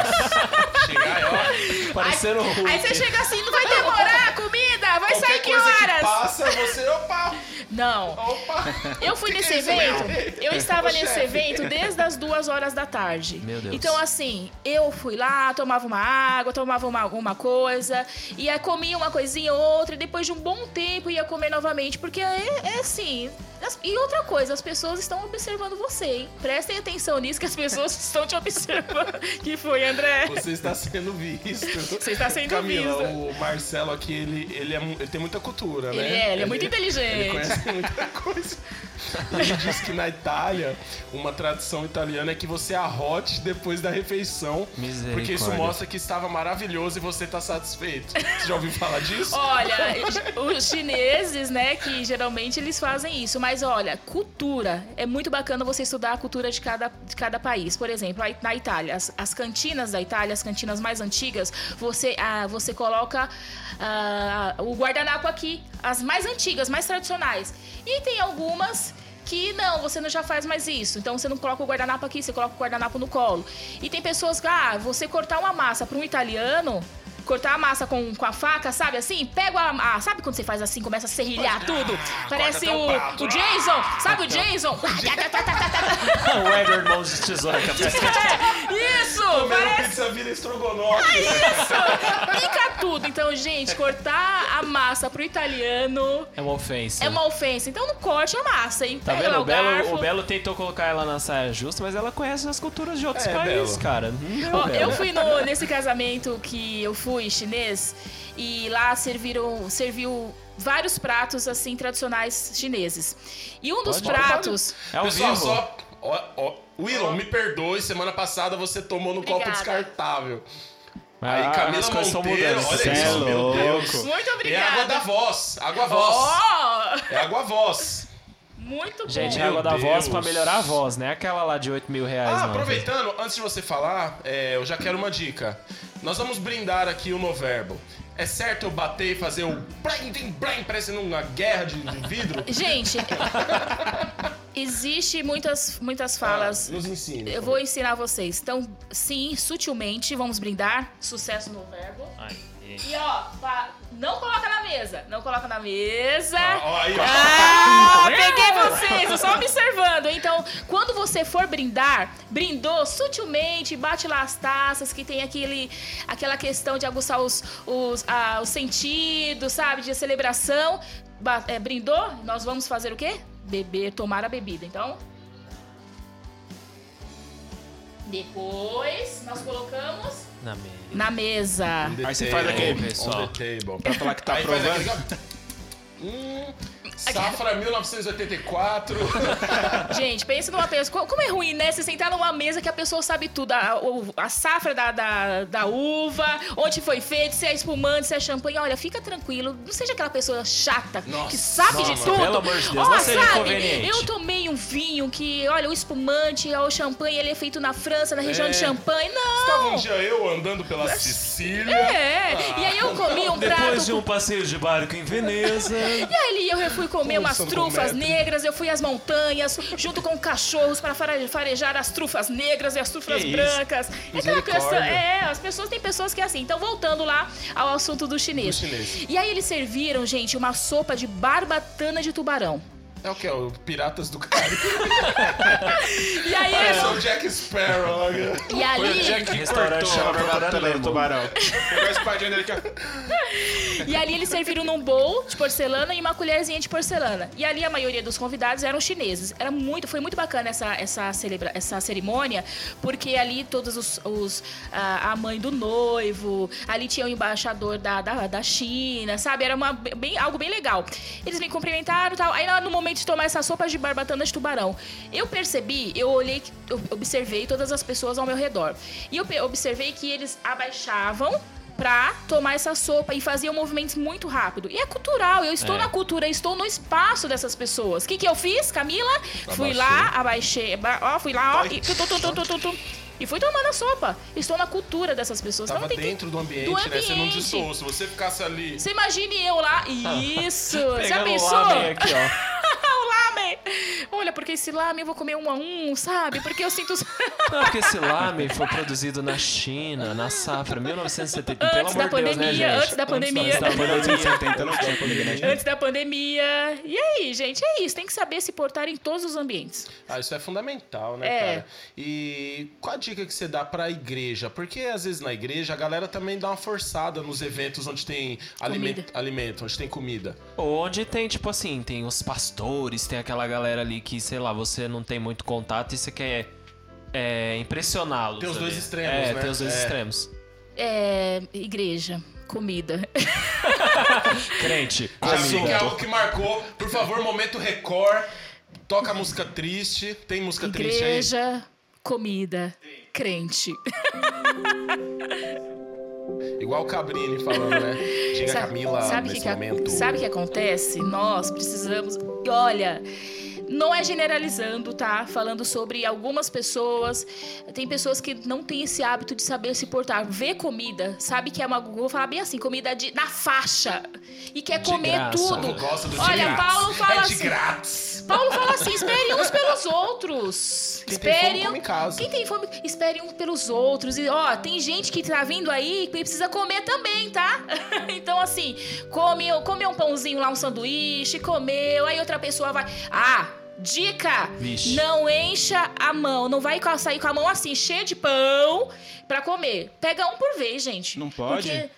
Chegar ó. Parecendo um Hulk. Aí você chega assim, não vai demorar a comida, vai Qualquer sair que coisa horas? que passa, você, opa, Não. opa. Eu fui Que nesse que é isso, evento, meu? eu estava Ô, nesse chefe. evento desde as 2h da tarde. Meu Deus. Então, assim, eu fui lá, tomava uma água, tomava alguma coisa, ia comia uma coisinha ou outra, e depois de um bom tempo ia comer novamente, porque é assim... E outra coisa, as pessoas estão observando você, hein? Prestem atenção nisso, que as pessoas estão te observando. Que foi, André? Você está sendo visto. Você está sendo Camila, visto. o Marcelo aqui, ele tem muita cultura, Ele né? ele é muito Ele inteligente. conhece muita coisa. Ele diz que na Itália, uma tradição italiana é que você arrote depois da refeição. Porque isso Misericórdia. mostra que estava maravilhoso e você está satisfeito. Você já ouviu falar disso? Olha, os chineses, né, que geralmente eles fazem isso. Mas olha, cultura. É muito bacana você estudar a cultura de cada país. Por exemplo, na Itália, as cantinas da Itália, as cantinas mais antigas, você coloca o guardanapo aqui. As mais antigas, mais tradicionais. E tem algumas... que não, você não já faz mais isso. Então você não coloca o guardanapo aqui, você coloca o guardanapo no colo. E tem pessoas que, você cortar uma massa para um italiano, cortar a massa com a faca, sabe assim? Pega sabe quando você faz assim, começa a serrilhar tudo? Parece corta até o prato. o Jason, sabe o Jason? O Edward Mãos de Tesoura. Isso, Comendo parece pizza vira estrogonofe. isso. Pica tudo. Então, gente, cortar a massa pro italiano É uma ofensa. é uma ofensa. Então não corte a massa, hein? Tá Pega vendo? lá garfo. O Belo tentou colocar ela na saia justa, mas ela conhece as culturas de outros É, países, Belo. cara. Não deu, Ó, Belo. eu fui nesse casamento que eu fui, chinês, e lá serviu vários pratos, assim, tradicionais chineses. E um dos Pode, pratos... É ao Pessoal, vivo. só... Willon, me perdoe, semana passada você tomou no copo Obrigada. descartável. Ah, Aí, Camila as coisas estão Monteiro, mudando. olha Cê é isso, meu louco. Deus. Muito É obrigada. água da voz, água voz. Ó! É água voz. Muito bom. Gente, é Meu água da Deus. voz pra melhorar a voz, né? Aquela lá de 8 mil reais, não. Aproveitando, antes de você falar, eu já quero uma dica. Nós vamos brindar aqui o Noverbo. É certo eu bater e fazer o blim, parecendo uma guerra de vidro? Gente, existe muitas falas. Nos ensine. Eu vou ensinar vocês. Então, sim, sutilmente, vamos brindar. Sucesso no verbo. E ó, não coloca na mesa. Não coloca na mesa. Ó, aí, Peguei vocês, eu só observando. Então, quando você for brindar, brindou sutilmente, bate lá as taças, que tem aquela questão de aguçar os sentidos, sabe? De celebração. Brindou, nós vamos fazer o quê? Beber, tomar a bebida. Então... Depois, nós colocamos Na mesa. na mesa. Aí você faz aquele, pessoal. On the table. pra falar que tá Aí faz provando. aquele... Safra 1984. Gente, pensa numa pessoa. Como é ruim, né? Você sentar numa mesa que a pessoa sabe tudo. A safra da uva, onde foi feito, se é espumante, se é champanhe. Olha, fica tranquilo. Não seja aquela pessoa chata Nossa, que sabe de nossa, tudo. pelo amor de Deus, Ó, não seja sabe, inconveniente. eu tomei um vinho que, olha, o espumante, o champanhe, ele é feito na França, na região de Champagne. Estava um Não! dia eu andando pela Sicília. E aí eu comi um prato. Depois de um passeio de barco em Veneza. E aí eu fui comer umas Santo trufas Metro. negras, eu fui às montanhas, junto com cachorros para farejar as trufas negras e as trufas Que brancas. É aquela questão, Misericórdia. as pessoas têm pessoas que é assim. Então, voltando lá ao assunto do chinês. Do chinês. E aí eles serviram, gente, uma sopa de barbatana de tubarão. É o que? O Piratas do Caribe. E aí, É o Jack Sparrow. e Foi o ali, Jack que Restaurante cortou chama a Procurando barbatana do Nemo. tubarão. Pegou a espadinha dele aqui, ó. e ali eles serviram num bowl de porcelana e uma colherzinha de porcelana. E ali a maioria dos convidados eram chineses. Foi muito bacana essa cerimônia, porque ali todos a mãe do noivo, ali tinha o embaixador da China, sabe? Era algo bem legal. Eles me cumprimentaram e tal. Aí no momento de tomar essa sopa de barbatana de tubarão, eu olhei, eu observei todas as pessoas ao meu redor. E eu observei que eles abaixavam pra tomar essa sopa e faziam movimentos muito rápido. E é cultural, eu estou na cultura, estou no espaço dessas pessoas. O que eu fiz, Camila? Fui lá, abaixei, e fui tomando a sopa. Estou na cultura dessas pessoas. Tava Então, tem que- dentro do ambiente, do né? Você não ambiente. destoou. Se você ficasse ali... Você imagine eu lá. Isso! Já Pegando o pensou? lamen aqui, ó. O lamen! Olha, porque esse lamen eu vou comer um a um, sabe? Porque eu sinto... Não, porque esse lamen foi produzido na China, na safra 1970. Pelo Antes da amor de Deus, né, pandemia, gente? antes da pandemia. Antes da pandemia. 70 não tinha pandemia, né, gente? Antes da pandemia. E aí, gente, é isso. Tem que saber se portar em todos os ambientes. Ah, isso é fundamental, né, É. cara? E qual a dica que você dá pra igreja? Porque às vezes na igreja a galera também dá uma forçada nos eventos onde tem alimento, onde tem comida. Onde tem, tipo assim, tem os pastores, tem aquela galera ali que, sei lá, você não tem muito contato e você quer impressioná-los. Tem os dois ali. extremos, né? Tem os dois É. extremos. Igreja, comida. Crente, Assim que é comida. algo que marcou. Por favor, momento Record. Toca música triste. Tem música triste aí? Igreja, comida, crente. Igual o Cabrini falando, né? Diga Camila nesse momento. Sabe o que acontece? Nós precisamos... Olha... Não é generalizando, tá? Falando sobre algumas pessoas. Tem pessoas que não têm esse hábito de saber se portar. Vê comida, sabe que é uma... Vou falar bem assim, comida na faixa. E quer comer graça. tudo. Gosta do de Olha, grátis. Paulo fala É de assim... grátis. Paulo fala assim, espere uns pelos outros. Quem tem fome, come em casa. Quem tem fome, espere uns pelos outros. E, ó, tem gente que tá vindo aí que precisa comer também, tá? Então, assim, comeu um pãozinho lá, um sanduíche, comeu, aí outra pessoa vai... Dica! Vixe. Não encha a mão, não vai sair com a mão assim, cheia de pão pra comer. Pega um por vez, gente. Não pode? Porque...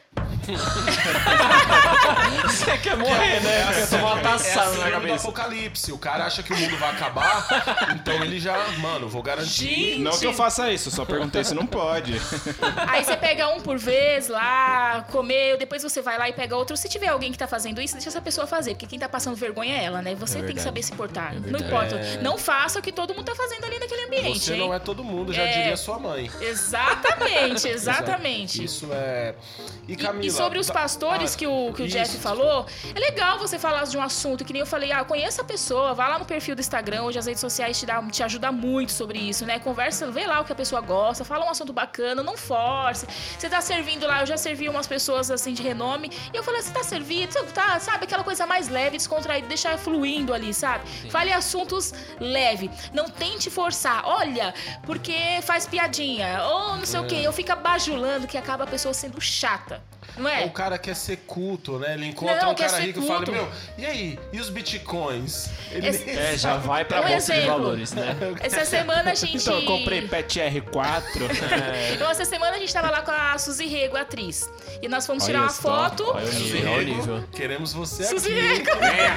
Você quer morrer, né? Quer tomar uma É taçada a na síndrome do cabeça. apocalipse. O cara acha que o mundo vai acabar, então ele já... Mano, vou garantir. Gente! Não que eu faça isso, só perguntei se não pode. Aí você pega um por vez lá, comeu, depois você vai lá e pega outro. Se tiver alguém que tá fazendo isso, deixa essa pessoa fazer, porque quem tá passando vergonha é ela, né? Você tem que saber se portar. Não importa. Não faça o que todo mundo tá fazendo ali naquele ambiente, Você hein? não é todo mundo, já diria sua mãe. Exatamente, exatamente. Isso é... E Camila... E sobre os pastores que o Jeff falou, é legal você falar de um assunto, que nem eu falei, conheça a pessoa, vá lá no perfil do Instagram, hoje as redes sociais te ajudam muito sobre isso, né? Conversa, vê lá o que a pessoa gosta, fala um assunto bacana, não force. Você tá servindo lá, eu já servi umas pessoas assim de renome, e eu falei, você tá servindo, tá, sabe? Aquela coisa mais leve, descontraída, deixar fluindo ali, sabe? Sim. Fale assuntos leve, não tente forçar, olha, porque faz piadinha, ou não sei o quê, eu fico bajulando que acaba a pessoa sendo chata. Não é? O cara quer ser culto, né? Ele encontra um quer cara ser rico e fala, culto. meu, e aí? E os bitcoins? Ele Esse- nem Já vai pra Um bolsa de exemplo. valores, né? Essa semana a gente... Então, eu comprei Pet R4. Então, essa semana a gente tava lá com a Suzy Rego, a atriz. E nós fomos tirar Olha uma só, foto. Olha o nível, olha o nível. Queremos você Suzy aqui. Rego.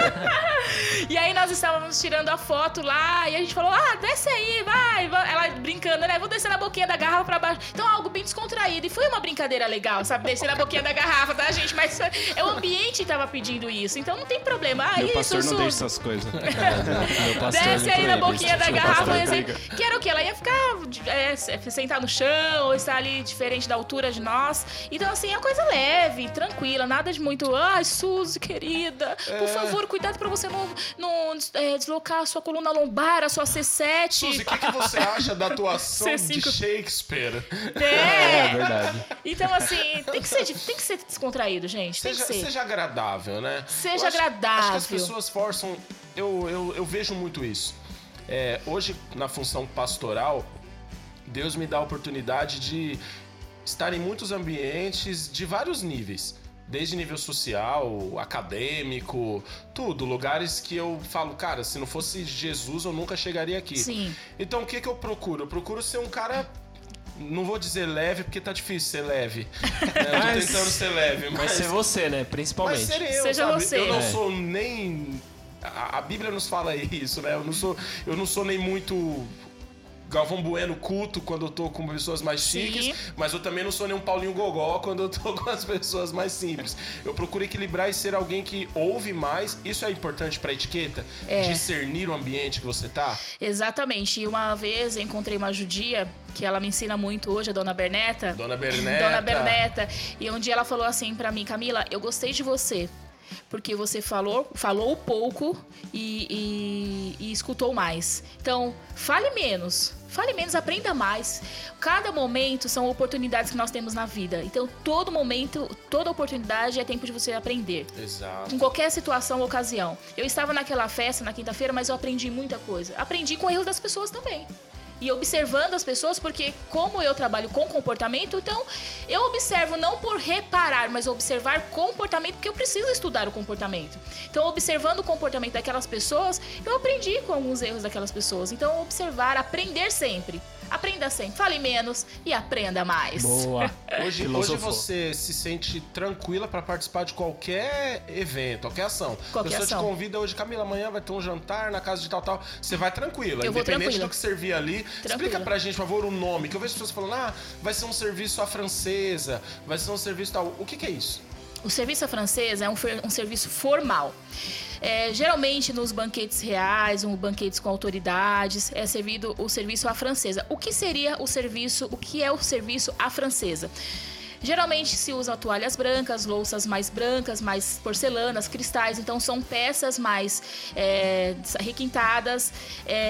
E aí nós estávamos tirando a foto lá. E a gente falou, desce aí, vai. Ela brincando, né? Vou descer na boquinha da garrafa pra baixo. Então, algo bem descontraído. E foi uma brincadeira legal, sabe? Descer na boquinha da garrafa, tá, gente? Mas o ambiente que tava pedindo isso. Então, não tem problema. Meu Aí, pastor não Sussu, deixa essas coisas. Meu pastor desce me aí na proíbe, boquinha da meu garrafa, pastor por exemplo. briga. Que era o quê? Ela ia ficar, sentar no chão, ou estar ali diferente da altura de nós. Então, assim, é uma coisa leve, tranquila, nada de muito, ai, Suzy, querida, por favor, cuidado pra você não deslocar a sua coluna lombar, a sua C7. Suzy, o que você acha da atuação C5. de Shakespeare? É verdade. Então, assim, tem que ser descontraído, gente. Tem que ser. Seja agradável, né? Seja Eu acho que agradável. as pessoas forçam... Eu vejo muito isso. Hoje, na função pastoral, Deus me dá a oportunidade de estar em muitos ambientes de vários níveis. Desde nível social, acadêmico, tudo. Lugares que eu falo, cara, se não fosse Jesus, eu nunca chegaria aqui. Sim. Então, o que eu procuro? Eu procuro ser um cara... Não vou dizer leve, porque tá difícil ser leve. Eu tô tentando ser leve, Vai mas... ser você, né? Mas Principalmente. ser eu, Seja sabe? você. Eu não É. sou nem... A Bíblia nos fala isso, né? Eu não sou nem muito... Galvão Bueno culto quando eu tô com pessoas mais chiques, Sim. mas eu também não sou nem um Paulinho Gogó quando eu tô com as pessoas mais simples. Eu procuro equilibrar e ser alguém que ouve mais. Isso é importante pra etiqueta? Discernir o ambiente que você tá? Exatamente. E uma vez eu encontrei uma judia que ela me ensina muito hoje, a Dona Berneta. Dona Berneta. Dona Berneta. E um dia ela falou assim pra mim, Camila, eu gostei de você. Porque você falou pouco e escutou mais. Então, fale menos, aprenda mais. Cada momento são oportunidades que nós temos na vida. Então, todo momento, toda oportunidade é tempo de você aprender. Exato. Em qualquer situação ou ocasião. Eu estava naquela festa na quinta-feira, mas eu aprendi muita coisa. Aprendi com erros das pessoas também. E observando as pessoas, porque como eu trabalho com comportamento, então eu observo não por reparar, mas observar comportamento, porque eu preciso estudar o comportamento. Então, observando o comportamento daquelas pessoas, eu aprendi com alguns erros daquelas pessoas. Então, observar, aprender sempre. Aprenda sempre, fale menos e aprenda mais. Boa. Hoje Filosofou. você se sente tranquila pra participar de qualquer evento, qualquer ação. Qualquer A pessoa ação. te convida hoje, Camila, amanhã vai ter um jantar na casa de tal. Você vai tranquila, Eu vou independente tranquila. do que servir ali. Explica pra gente, por favor, o nome. Que eu vejo as pessoas falando, vai ser um serviço à francesa, vai ser um serviço tal. O que é isso? O serviço à francesa é um serviço formal. Geralmente nos banquetes reais, ou banquetes com autoridades, é servido o serviço à francesa. O que é o serviço à francesa? Geralmente se usa toalhas brancas, louças mais brancas, mais porcelanas, cristais. Então são peças mais requintadas,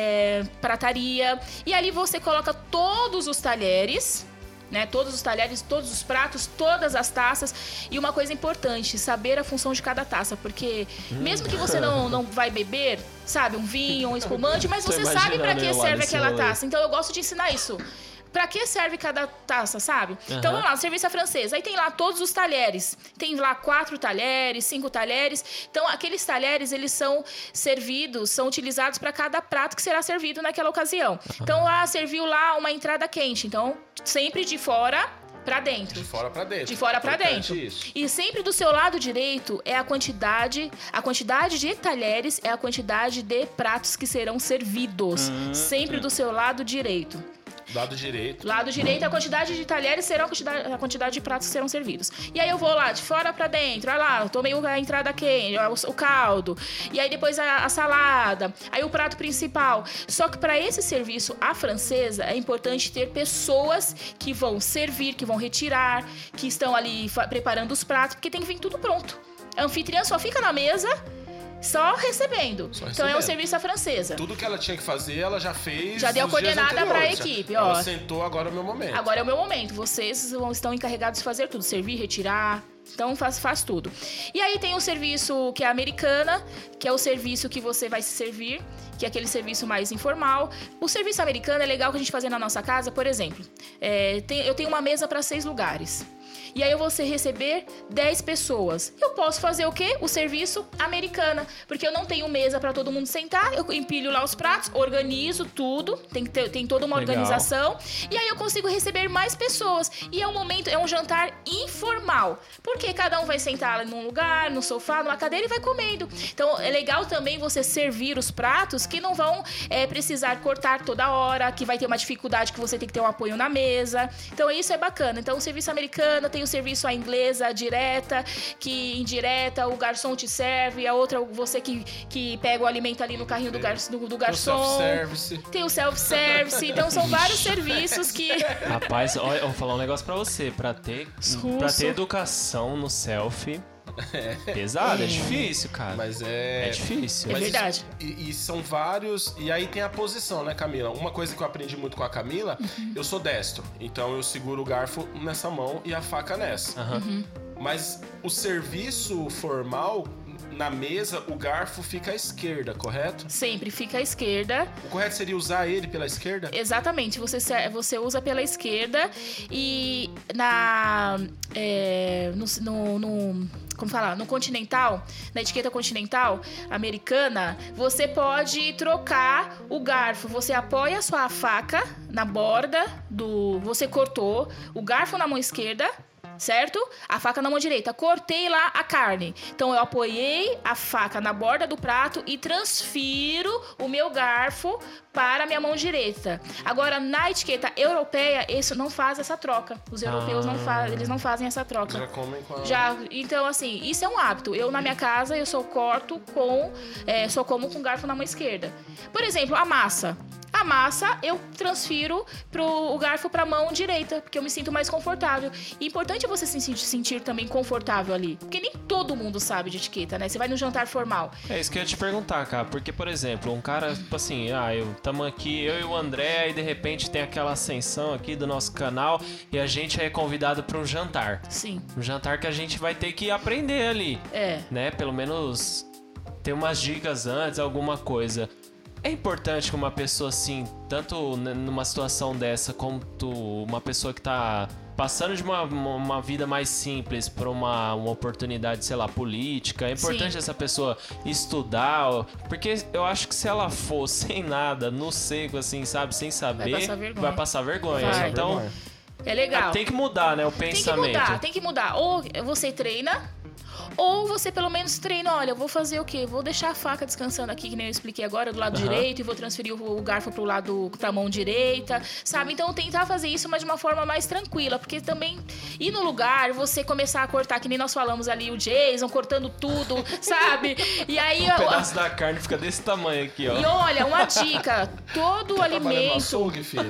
prataria. E ali você coloca todos os talheres, né? Todos os talheres, todos os pratos, todas as taças. E uma coisa importante, saber a função de cada taça. Porque mesmo que você não vai beber, sabe, um vinho, um espumante, mas Tô você sabe pra imaginando que eu lá serve nesse aquela rolê. taça. Então eu gosto de ensinar isso. Pra que serve cada taça, sabe? Então vamos lá, no serviço à francesa. Aí tem lá todos os talheres. Tem lá 4 talheres, 5 talheres. Então aqueles talheres, eles são servidos, são utilizados para cada prato que será servido naquela ocasião. Então serviu lá uma entrada quente. Então sempre de fora pra dentro. De fora pra dentro. De fora pra Importante dentro. Isso. E sempre do seu lado direito é a quantidade de talheres é a quantidade de pratos que serão servidos. Sempre do seu lado direito. Lado direito. Lado direito, a quantidade de talheres será a quantidade de pratos que serão servidos. E aí eu vou lá, de fora pra dentro, olha lá, eu tomei a entrada quente, o caldo, e aí depois a salada, aí o prato principal. Só que para esse serviço à francesa, é importante ter pessoas que vão servir, que vão retirar, que estão ali preparando os pratos, porque tem que vir tudo pronto. A anfitriã só fica na mesa... Só recebendo. Então é o serviço à francesa. Tudo que ela tinha que fazer, ela já fez. Já deu a nos dias coordenada pra anteriores. equipe, Ela ó. sentou, agora é o meu momento. Agora é o meu momento. Vocês estão encarregados de fazer tudo. Servir, retirar. Então faz tudo. E aí tem o serviço que é a americana, que é o serviço que você vai se servir, que é aquele serviço mais informal. O serviço americano é legal que a gente fazer na nossa casa, por exemplo. Eu tenho uma mesa para 6 lugares. E aí eu vou receber 10 pessoas. Eu posso fazer o quê? O serviço americana. Porque eu não tenho mesa para todo mundo sentar, eu empilho lá os pratos, organizo tudo, tem toda uma organização. E aí eu consigo receber mais pessoas. E é um jantar informal. Porque cada um vai sentar num lugar, no sofá, numa cadeira e vai comendo. Então é legal também você servir os pratos que não vão precisar cortar toda hora, que vai ter uma dificuldade que você tem que ter um apoio na mesa. Então isso é bacana. Então o serviço americano tem o serviço à inglesa direta, que indireta, o garçom te serve, a outra você que pega o alimento ali no carrinho do garçom. Tem o self-service. Então são vários serviços que... Rapaz, olha, eu vou falar um negócio pra você. Pra ter educação no selfie... Pesado, é difícil, cara. Mas é difícil. É verdade. E são vários. E aí tem a posição, né, Camila? Uma coisa que eu aprendi muito com a Camila, eu sou destro. Então eu seguro o garfo nessa mão e a faca nessa. Mas o serviço formal, na mesa, o garfo fica à esquerda, correto? Sempre fica à esquerda. O correto seria usar ele pela esquerda? Exatamente, você usa pela esquerda e no continental, na etiqueta continental americana, você pode trocar o garfo. Você apoia a sua faca na borda você cortou o garfo na mão esquerda, certo? A faca na mão direita. Cortei lá a carne. Então eu apoiei a faca na borda do prato e transfiro o meu garfo para a minha mão direita. Agora, na etiqueta europeia, isso não faz essa troca. Os europeus eles não fazem essa troca. Já comem com a... Então, assim, isso é um hábito. Eu, na minha casa, eu só como com garfo na mão esquerda. Por exemplo, a massa. A massa, eu transfiro o garfo para a mão direita, porque eu me sinto mais confortável. E é importante você se sentir também confortável ali. Porque nem todo mundo sabe de etiqueta, né? Você vai no jantar formal. É isso que eu ia te perguntar, cara. Porque, por exemplo, um cara, tipo assim, tamo aqui, eu e o André, e de repente tem aquela ascensão aqui do nosso canal e a gente é convidado para um jantar. Sim. Um jantar que a gente vai ter que aprender ali. Né? Pelo menos ter umas dicas antes, alguma coisa. É importante que uma pessoa assim, tanto numa situação dessa, quanto uma pessoa que tá passando de uma vida mais simples para uma oportunidade, sei lá, política, é importante essa pessoa estudar, porque eu acho que se ela for sem nada, no seco, assim, sabe, sem saber, vai passar vergonha. Então, é legal. Tem que mudar, né, o pensamento. Tem que mudar. Ou você treina, ou você pelo menos treina, olha, eu vou fazer o quê? Vou deixar a faca descansando aqui, que nem eu expliquei agora, do lado direito, e vou transferir o garfo pra mão direita, sabe? Então tentar fazer isso, mas de uma forma mais tranquila, porque também ir no lugar, você começar a cortar, que nem nós falamos ali, o Jason cortando tudo, sabe? E aí... Um pedaço da carne fica desse tamanho aqui, ó. E olha, uma dica, todo o alimento... açougue, filho.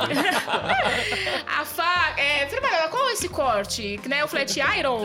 A faca... qual é esse corte? Né? O flat iron?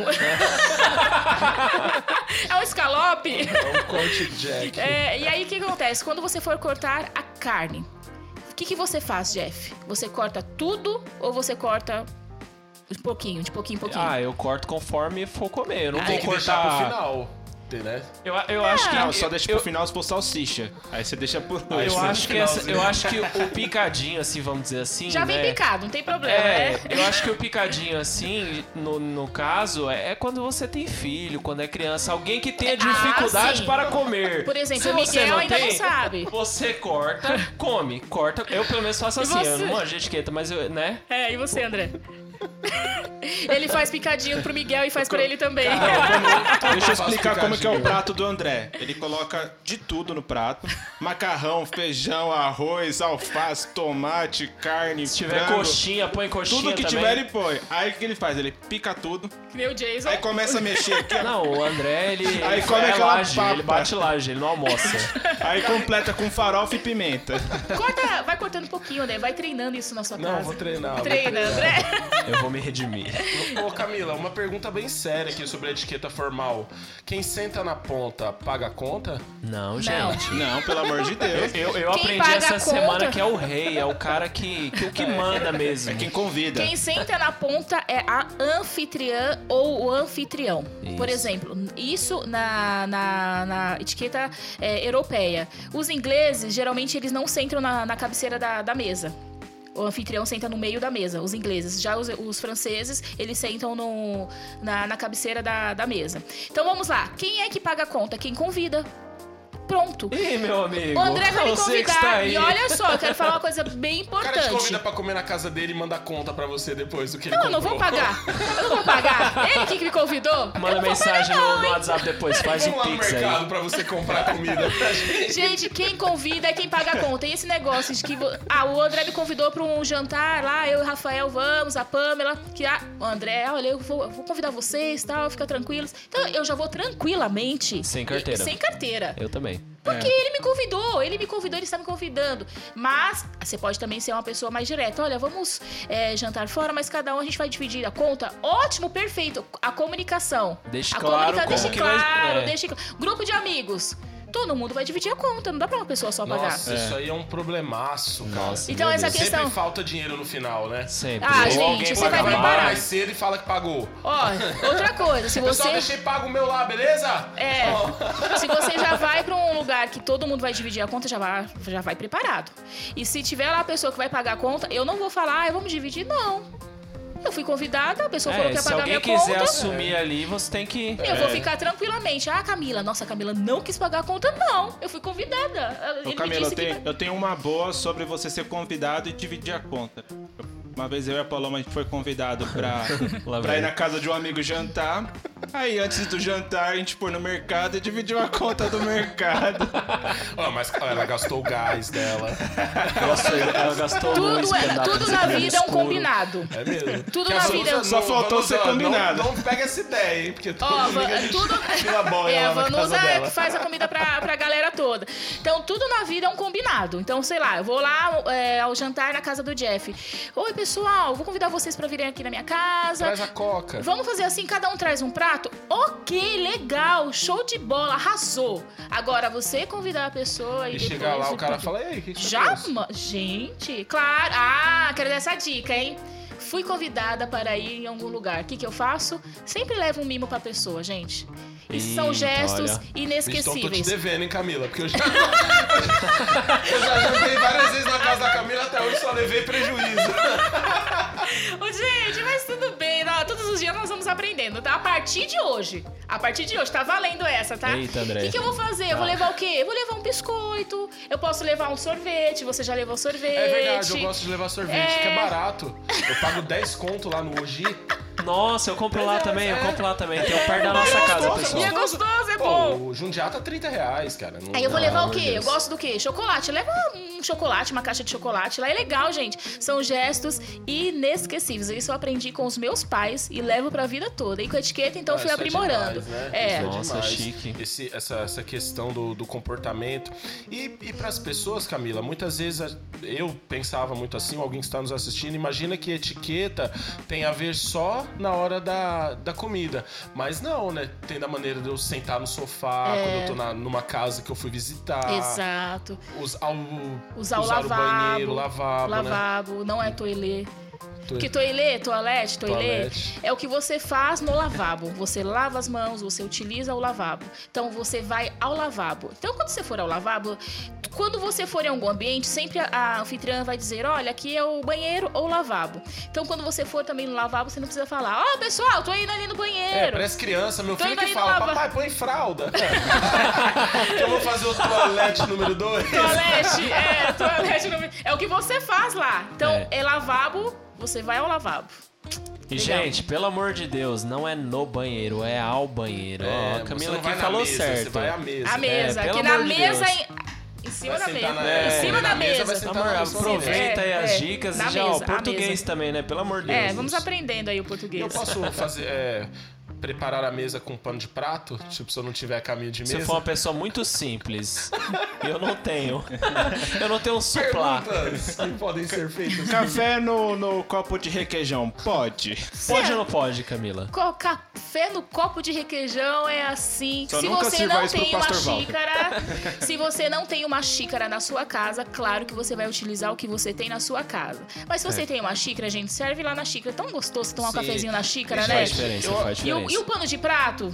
É um escalope. É um corte Jack. E aí, o que acontece? Quando você for cortar a carne, o que você faz, Jeff? Você corta tudo ou você corta de pouquinho em pouquinho? Eu corto conforme for comer. Eu não vou Tem que cortar deixar pro final. Né? Eu acho que... Não, só deixa pro final se for salsicha. Aí você deixa por... Eu acho que o picadinho, assim, vamos dizer assim... Já vem picado, não tem problema, né? Eu acho que o picadinho, assim, no caso, é quando você tem filho, quando é criança. Alguém que tenha dificuldade para comer. Por exemplo, o Miguel ainda não sabe. Você corta, come. Corta. Eu, pelo menos, faço assim. Eu não manjo etiqueta, mas eu, né? E você, André? Ele faz picadinho pro Miguel e faz pra ele também. Deixa eu explicar como é que é o prato do André. Ele coloca de tudo no prato: macarrão, feijão, arroz, alface, tomate, carne, se tiver frango, coxinha, põe coxinha tudo que também. tiver ele põe. Aí o que ele faz? Ele pica tudo. Meu Jason. Aí começa a mexer aqui. Não, o André, ele aí come aquela laje, ele bate laje, ele não almoça. Aí completa com farofa e pimenta. Vai cortando um pouquinho, André. Vai treinando isso na sua casa. Não, vou treinar. Treina, André. Eu vou me redimir. Ô, Camila, uma pergunta bem séria aqui sobre a etiqueta formal. Quem senta na ponta, paga a conta? Não, gente. Não, pelo amor de Deus. Eu aprendi essa semana que é o rei, é o cara que manda mesmo. É quem convida. Quem senta na ponta é a anfitriã ou o anfitrião. Isso. Por exemplo, isso na etiqueta europeia. Os ingleses, geralmente, eles não sentam na cabeceira da mesa. O anfitrião senta no meio da mesa, os ingleses. Já os franceses, eles sentam na cabeceira da mesa. Então vamos lá. Quem é que paga a conta? Quem convida. Pronto. Ih, meu amigo. O André vai me você que convidar. está aí. E olha só, eu quero falar uma coisa bem O cara te importante. convida pra comer na casa dele e manda conta pra você depois do que ele Não, eu não comprou. vou pagar. Eu não vou pagar. Ele que me convidou. eu Manda não vou mensagem pagar, não, no hein? WhatsApp depois, faz o Vamos lá no Pix mercado aí. pra você comprar comida pra gente. Gente, quem convida é quem paga a conta. E esse negócio de que... o André me convidou pra um jantar lá, eu e o Rafael vamos, a Pamela, o André, olha, eu vou convidar vocês e tal, fica tranquilos. Então eu já vou tranquilamente. Sem carteira. Sem carteira. Eu também. Porque ele me convidou, ele está me convidando. Mas você pode também ser uma pessoa mais direta. Olha, vamos jantar fora, mas cada um a gente vai dividir a conta. Ótimo, perfeito. A comunicação. Deixa claro como deixa que vai- claro, é. deixa claro. Grupo de amigos. Todo mundo vai dividir a conta, não dá pra uma pessoa só pagar. Nossa, isso aí é um problemaço, cara. Nossa, Então meu essa Deus. questão... Sempre falta dinheiro no final, né? Sempre. Ah, Ou gente, alguém você paga vai Vai mais. embora preparar. mais cedo e fala que pagou. Ó, outra coisa, se Pessoal, você... deixei pago o meu lá, beleza? Se você já vai pra um lugar que todo mundo vai dividir a conta, já vai preparado. E se tiver lá a pessoa que vai pagar a conta, eu não vou falar, vamos dividir, não. Eu fui convidada, a pessoa falou que ia Se pagar alguém minha quiser conta. assumir ali, você tem que... Eu vou ficar tranquilamente. Ah, Camila, nossa, a Camila não quis pagar a conta, não. Eu fui convidada. Ele Ô, me Camila, disse que... eu tenho uma boa sobre você ser convidado e dividir a conta. Uma vez eu e a Paloma, a gente foi convidado Lá pra vai. ir na casa de um amigo jantar. Aí, antes do jantar, a gente foi no mercado e dividiu a conta do mercado. Ó, mas ela gastou o gás dela. Ela gastou luz pra andar Tudo por na esse vida é um escuro. combinado. É mesmo? Tudo Que na as vida- outras Só faltou ser combinado. Não pega essa ideia, hein? Porque todo Ó, domingo a gente tudo... tira a boia É, a lá na casa Vanusa é dela. que faz a comida pra galera toda. Então, tudo na vida é um combinado. Então, sei lá, eu vou lá ao jantar na casa do Jeff. Oi, pessoal, vou convidar vocês pra virem aqui na minha casa. Traz a coca. Vamos fazer assim, cada um traz um prato? Ok, legal, show de bola, arrasou. Agora, você convidar a pessoa e E depois... chegar lá, o cara fala, e aí, o que você Já? trouxe? Gente, claro. Ah, quero dar essa dica, hein? Fui convidada para ir em algum lugar. O que eu faço? Sempre levo um mimo pra pessoa, gente. Isso são Eita, gestos olha. Então tô te inesquecíveis. devendo, hein, Camila? Porque eu já jantei várias vezes na casa da Camila, até hoje só levei prejuízo. Ô, gente, mas tudo bem. Não, todos os dias nós vamos aprendendo, tá? A partir de hoje, tá valendo essa, tá? Eita, André. O que eu vou fazer? Eu vou levar o quê? Eu vou levar um biscoito, eu posso levar um sorvete, você já levou sorvete. É verdade, eu gosto de levar sorvete, que é barato. Eu pago 10 conto lá no Oji. Nossa, eu compro lá também, eu compro lá também. Tem o perto da nossa casa, E é pessoal. gostoso, é Pô, bom. o Jundiá tá R$30, cara. Não- Aí eu vou não, levar o meu quê? Deus. Eu gosto do quê? Chocolate. Leva um chocolate, uma caixa de chocolate. Lá é legal, gente. São gestos inesquecíveis. Isso eu aprendi com os meus pais e levo pra vida toda. E com a etiqueta, então, Ah, fui isso aprimorando. demais, né? É. Isso Nossa, demais. chique. Essa questão do comportamento. E pras pessoas, Camila, muitas vezes eu pensava muito assim, alguém que está nos assistindo, imagina que etiqueta tem a ver só na hora da comida. Mas não, né? Tem da maneira de eu sentar no sofá, quando eu tô numa casa que eu fui visitar. Exato. Usar Usar o o banheiro, lavabo. lavabo, né? Não é toilette. Porque toilette, é o que você faz no lavabo. Você lava as mãos, você utiliza o lavabo. Então, você vai ao lavabo. Então, quando você for ao lavabo, quando você for em algum ambiente, sempre a anfitriã vai dizer, olha, aqui é o banheiro ou o lavabo. Então, quando você for também no lavabo, você não precisa falar, ó, pessoal, tô indo ali no É, banheiro. parece criança, meu Tô filho indo que aí no fala, lava- papai, põe fralda. Que eu vou fazer o toalete número 2. Toalete é o que você faz lá. Então, é lavabo, você vai ao lavabo. E, Legal. gente, pelo amor de Deus, não é no banheiro, é ao banheiro. Ó, a Camila aqui falou certo. Você vai à mesa. A mesa, pelo aqui na amor de mesa... Deus. Em cima Vai da sentar mesa. na- Em cima na da mesa, vai mesa. sentar Amor, na mesa. aproveita aí as É, dicas na e já, ó, mesa, a português mesa. também, né? Pelo amor de Deus. Vamos aprendendo aí o português. Eu posso fazer, preparar a mesa com pano de prato? Tipo, se eu não tiver caminho de Se mesa? for uma pessoa muito simples, eu não tenho. Eu não tenho um suplá. Perguntas que podem ser feitas. Café no copo de requeijão, pode? Pode ou não pode, Camila? Café no copo de requeijão é assim. Só Se nunca você sirva não isso pro tem uma Pastor Walter. xícara, se você não tem uma xícara na sua casa, claro que você vai utilizar o que você tem na sua casa. Mas se você tem uma xícara, gente, serve lá na xícara. Tão gostoso tomar um Sim. cafezinho na xícara, Isso né? Faz diferença, faz E diferença. o pano de prato?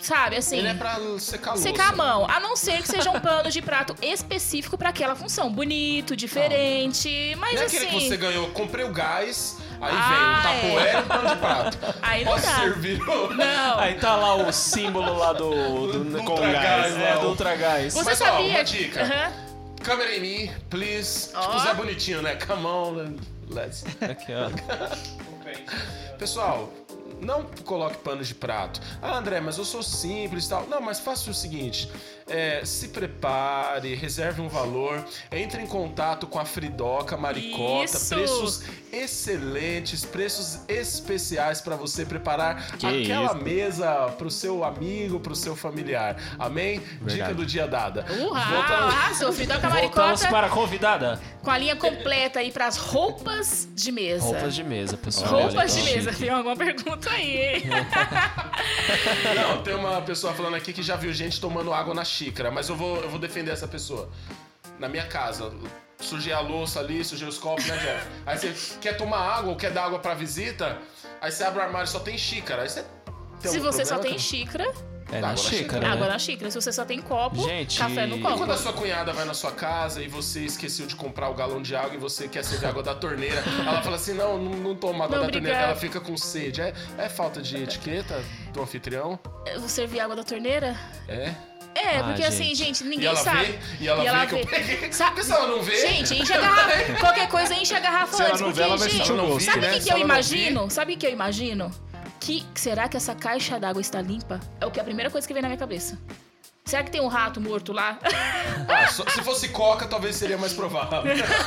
sabe, assim... Ele é pra secar a louça. Secar a mão, a não ser que seja um pano de prato específico pra aquela função. Bonito, diferente, mas Não é assim... aquele que você ganhou, comprei o gás, aí vem um tapoeira e um pano de prato. Aí não Posso dá. servir? Não. Aí tá lá o símbolo lá do com gás, é, do Ultragás. Você Mas, ó, sabia... uma dica. Aham. Câmera em mim, please. Ó. Tipo, Zé Bonitinho, né? Come on, let's... Aqui, ó. Pessoal, não coloque pano de prato. Ah, André, mas eu sou simples e tal. Não, mas faça o seguinte. Se prepare, reserve um valor, entre em contato com a Fridoca Maricota. Isso. Preços excelentes, preços especiais para você preparar aquela mesa pro seu amigo, pro seu familiar. Amém? Dica do dia dada. Arrasou, Fridoca Voltamos Maricota para a convidada. com a linha completa aí pras roupas de mesa. Roupas de mesa, pessoal. Roupas Olha, de que mesa. chique. Tem alguma pergunta aí, hein? Não, tem uma pessoa falando aqui que já viu gente tomando água na xícara, mas eu vou defender essa pessoa. Na minha casa, sujei a louça ali, sujei os copos, né, Jeff? Aí você quer tomar água ou quer dar água pra visita, aí você abre o armário e só tem xícara. Aí você tem Se algum você só problema, tem cara? xícara, É na Água na xícara, água né? na xícara. Se você só tem copo, Gente, café no e E copo. quando a sua cunhada vai na sua casa e você esqueceu de comprar o galão de água e você quer servir água da torneira, ela fala assim, não toma água Não, da torneira, obrigada. ela fica com sede. É falta de etiqueta do anfitrião? Eu vou servir água da torneira? É? É, porque gente. assim, gente, E ninguém ela sabe. vê? E ela vê que eu peguei. Sabe- Porque se ela não vê... Gente, enche a garrafa. Qualquer coisa, enche a garrafa Se ela antes. não Porque, vê, ela vai gente, sentir o não gosto. vi, sabe o né? que, Se que eu ela não imagino? Sabe o que eu imagino? Será que essa caixa d'água está limpa? É a primeira coisa que vem na minha cabeça. Será que tem um rato morto lá? Se fosse Coca, talvez seria mais provável.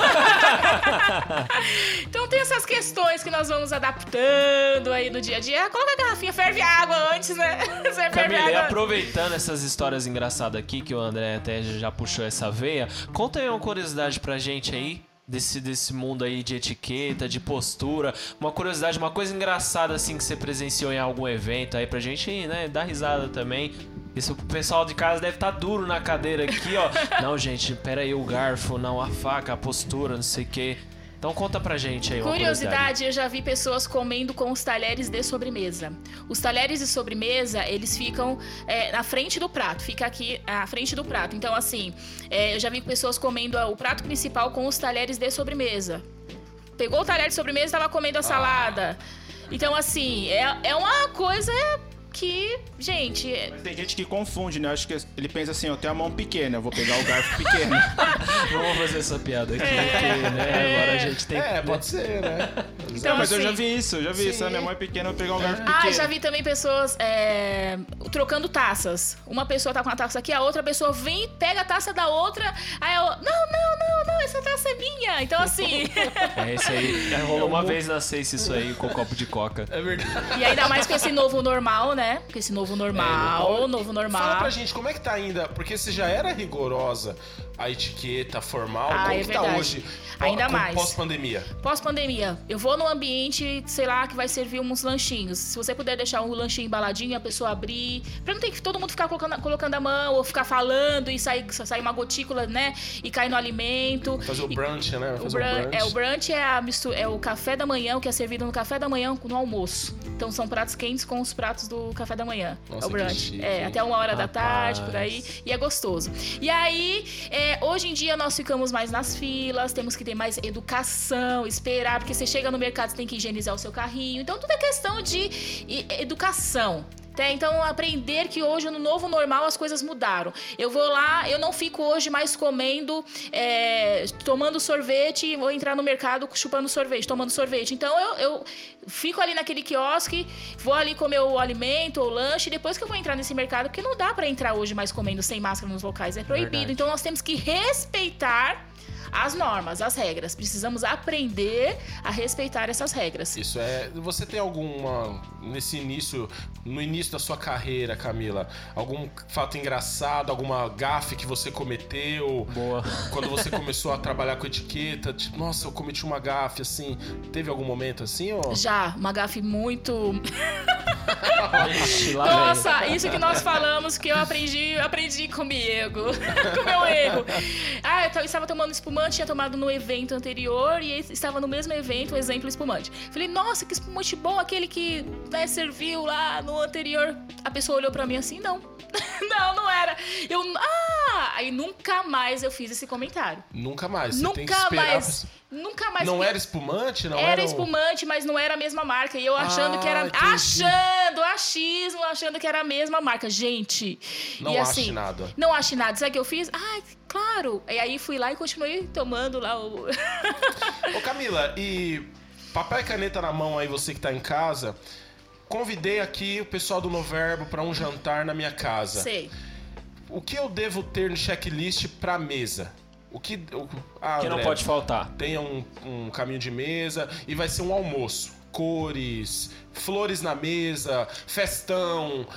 Então tem essas questões que nós vamos adaptando aí no dia a dia. Coloca a garrafinha, ferve a água antes, né? Você ferve Camila, a e água. aproveitando essas histórias engraçadas aqui, que o André até já puxou essa veia, conta aí uma curiosidade pra gente aí, desse mundo aí de etiqueta, de postura, uma curiosidade, uma coisa engraçada assim que você presenciou em algum evento aí pra gente, né, dar risada também. Isso, o pessoal de casa deve estar duro na cadeira aqui, ó. Não, gente, pera aí, o garfo, não, a faca, a postura, não sei o quê. Então conta pra gente aí uma Curiosidade, eu já vi pessoas comendo com os talheres de sobremesa. Os talheres de sobremesa, eles ficam na frente do prato. Fica aqui à frente do prato. Então, assim, eu já vi pessoas comendo o prato principal com os talheres de sobremesa. Pegou o talher de sobremesa e estava comendo a salada. Então, assim, é uma coisa que, gente... Tem gente que confunde, né? Acho que ele pensa assim, eu tenho a mão pequena, eu vou pegar o garfo pequeno. Vamos fazer essa piada aqui, porque, né, agora a gente tem que... Pode ser, né? Então, Mas eu assim, já vi isso, Sim. A minha mão é pequena, eu vou pegar um garfo pequeno. Ah, já vi também pessoas trocando taças. Uma pessoa tá com a taça aqui, a outra pessoa vem e pega a taça da outra. Aí eu, não, essa taça é minha. Então, assim... Isso aí, rolou uma vez na Seice isso aí, com copo de coca. É verdade. E ainda mais com esse novo normal, né? Com esse novo normal, novo normal. Fala pra gente, como é que tá ainda? Porque você já era rigorosa a etiqueta formal, Ah, como é que tá verdade. hoje? Ainda mais. Pós-pandemia. Pós-pandemia, eu vou num ambiente, sei lá, que vai servir uns lanchinhos. Se você puder deixar um lanchinho embaladinho, a pessoa abrir, pra não ter que todo mundo ficar colocando a mão ou ficar falando e sair uma gotícula, né? E cair no alimento. Fazer o brunch, né? O Fazer brunch, o o brunch é o café da manhã, o que é servido no café da manhã no almoço. Então são pratos quentes com os pratos do café da manhã. Nossa, é o que brunch. chique, Até 1h da tarde, por aí. Rapaz. E é gostoso. E aí, hoje em dia nós ficamos mais nas filas, temos que ter mais educação, esperar, porque você chega no mercado, você tem que higienizar o seu carrinho. Então tudo é questão de educação. Então, aprender que hoje, no novo normal, as coisas mudaram. Eu vou lá, eu não fico hoje mais comendo, tomando sorvete, e vou entrar no mercado chupando sorvete, tomando sorvete. Então, eu fico ali naquele quiosque, vou ali comer o alimento ou o lanche, depois que eu vou entrar nesse mercado, porque não dá pra entrar hoje mais comendo sem máscara nos locais, é proibido. Verdade. Então, nós temos que respeitar as normas, as regras. Precisamos aprender a respeitar essas regras. Isso é. Você tem alguma. No início da sua carreira, Camila, algum fato engraçado, alguma gafe que você cometeu? Boa. Quando você começou a trabalhar com etiqueta, tipo, nossa, eu cometi uma gafe, assim. Teve algum momento assim? Ou... Já, uma gafe muito... Ixi, lá Nossa, isso que nós falamos que eu aprendi comigo, com o meu erro. Eu estava tomando espumante, tinha tomado no evento anterior e estava no mesmo evento, o exemplo espumante. Falei, nossa, que espumante bom, aquele que serviu lá no anterior. A pessoa olhou pra mim assim, não. Não era. Aí nunca mais eu fiz esse comentário. Nunca mais. Você Nunca tem que esperar mais. Nunca mais. Não era espumante? Não era espumante, mas não era a mesma marca. E eu achando que era... entendi. Achando que era a mesma marca. Gente... Não e ache assim, nada. Não ache nada. Sabe o que eu fiz? Claro. E aí fui lá e continuei tomando lá o... Ô Camila, e papel e caneta na mão aí, você que tá em casa... Convidei aqui o pessoal do Noverbo para um jantar na minha casa. Sei. O que eu devo ter no checklist pra mesa? Que não André, pode faltar. Tenha um caminho de mesa e vai ser um almoço. Cores, flores na mesa, festão.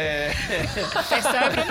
Festão é pro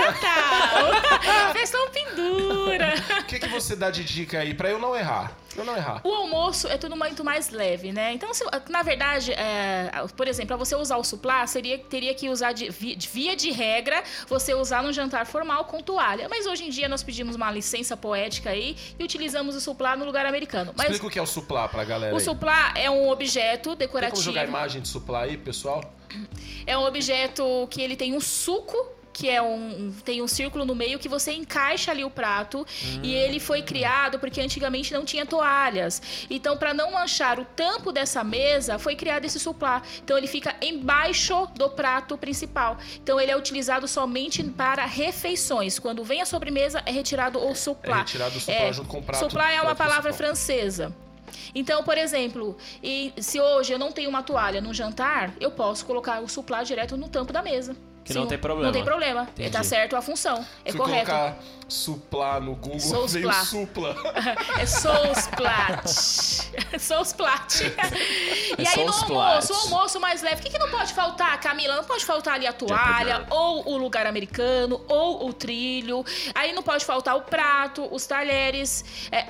Natal. Festão pendura. O que você dá de dica aí pra eu não errar? O almoço é tudo muito mais leve, né? Então, na verdade, por exemplo, para você usar o suplá, teria que usar via de regra, você usar num jantar formal com toalha. Mas hoje em dia nós pedimos uma licença poética aí e utilizamos o suplá no lugar americano. Mas explica o que é o suplá pra galera o aí. suplá é um objeto Tem decorativo. como jogar a imagem de suplá aí, pessoal? É um objeto que ele tem um suco, que tem um círculo no meio que você encaixa ali o prato. E ele foi criado porque antigamente não tinha toalhas. Então, para não manchar o tampo dessa mesa, foi criado esse suplá. Então, ele fica embaixo do prato principal. Então, ele é utilizado somente para refeições. Quando vem a sobremesa, é retirado o suplá. É retirado o suplá junto com o prato. Suplá é uma palavra principal. francesa. Então, por exemplo, se hoje eu não tenho uma toalha no jantar, eu posso colocar o suplá direto no tampo da mesa. Que não tem problema. Não tem problema. Entendi. Tá certo a função. É Fui correto. colocar suplá no Google, veio Sousplá. supla. É Sousplat. Sousplat. E aí no Sousplat. almoço mais leve, o que não pode faltar, Camila? Não pode faltar ali a toalha, ou o lugar americano, ou o trilho. Aí não pode faltar o prato, os talheres,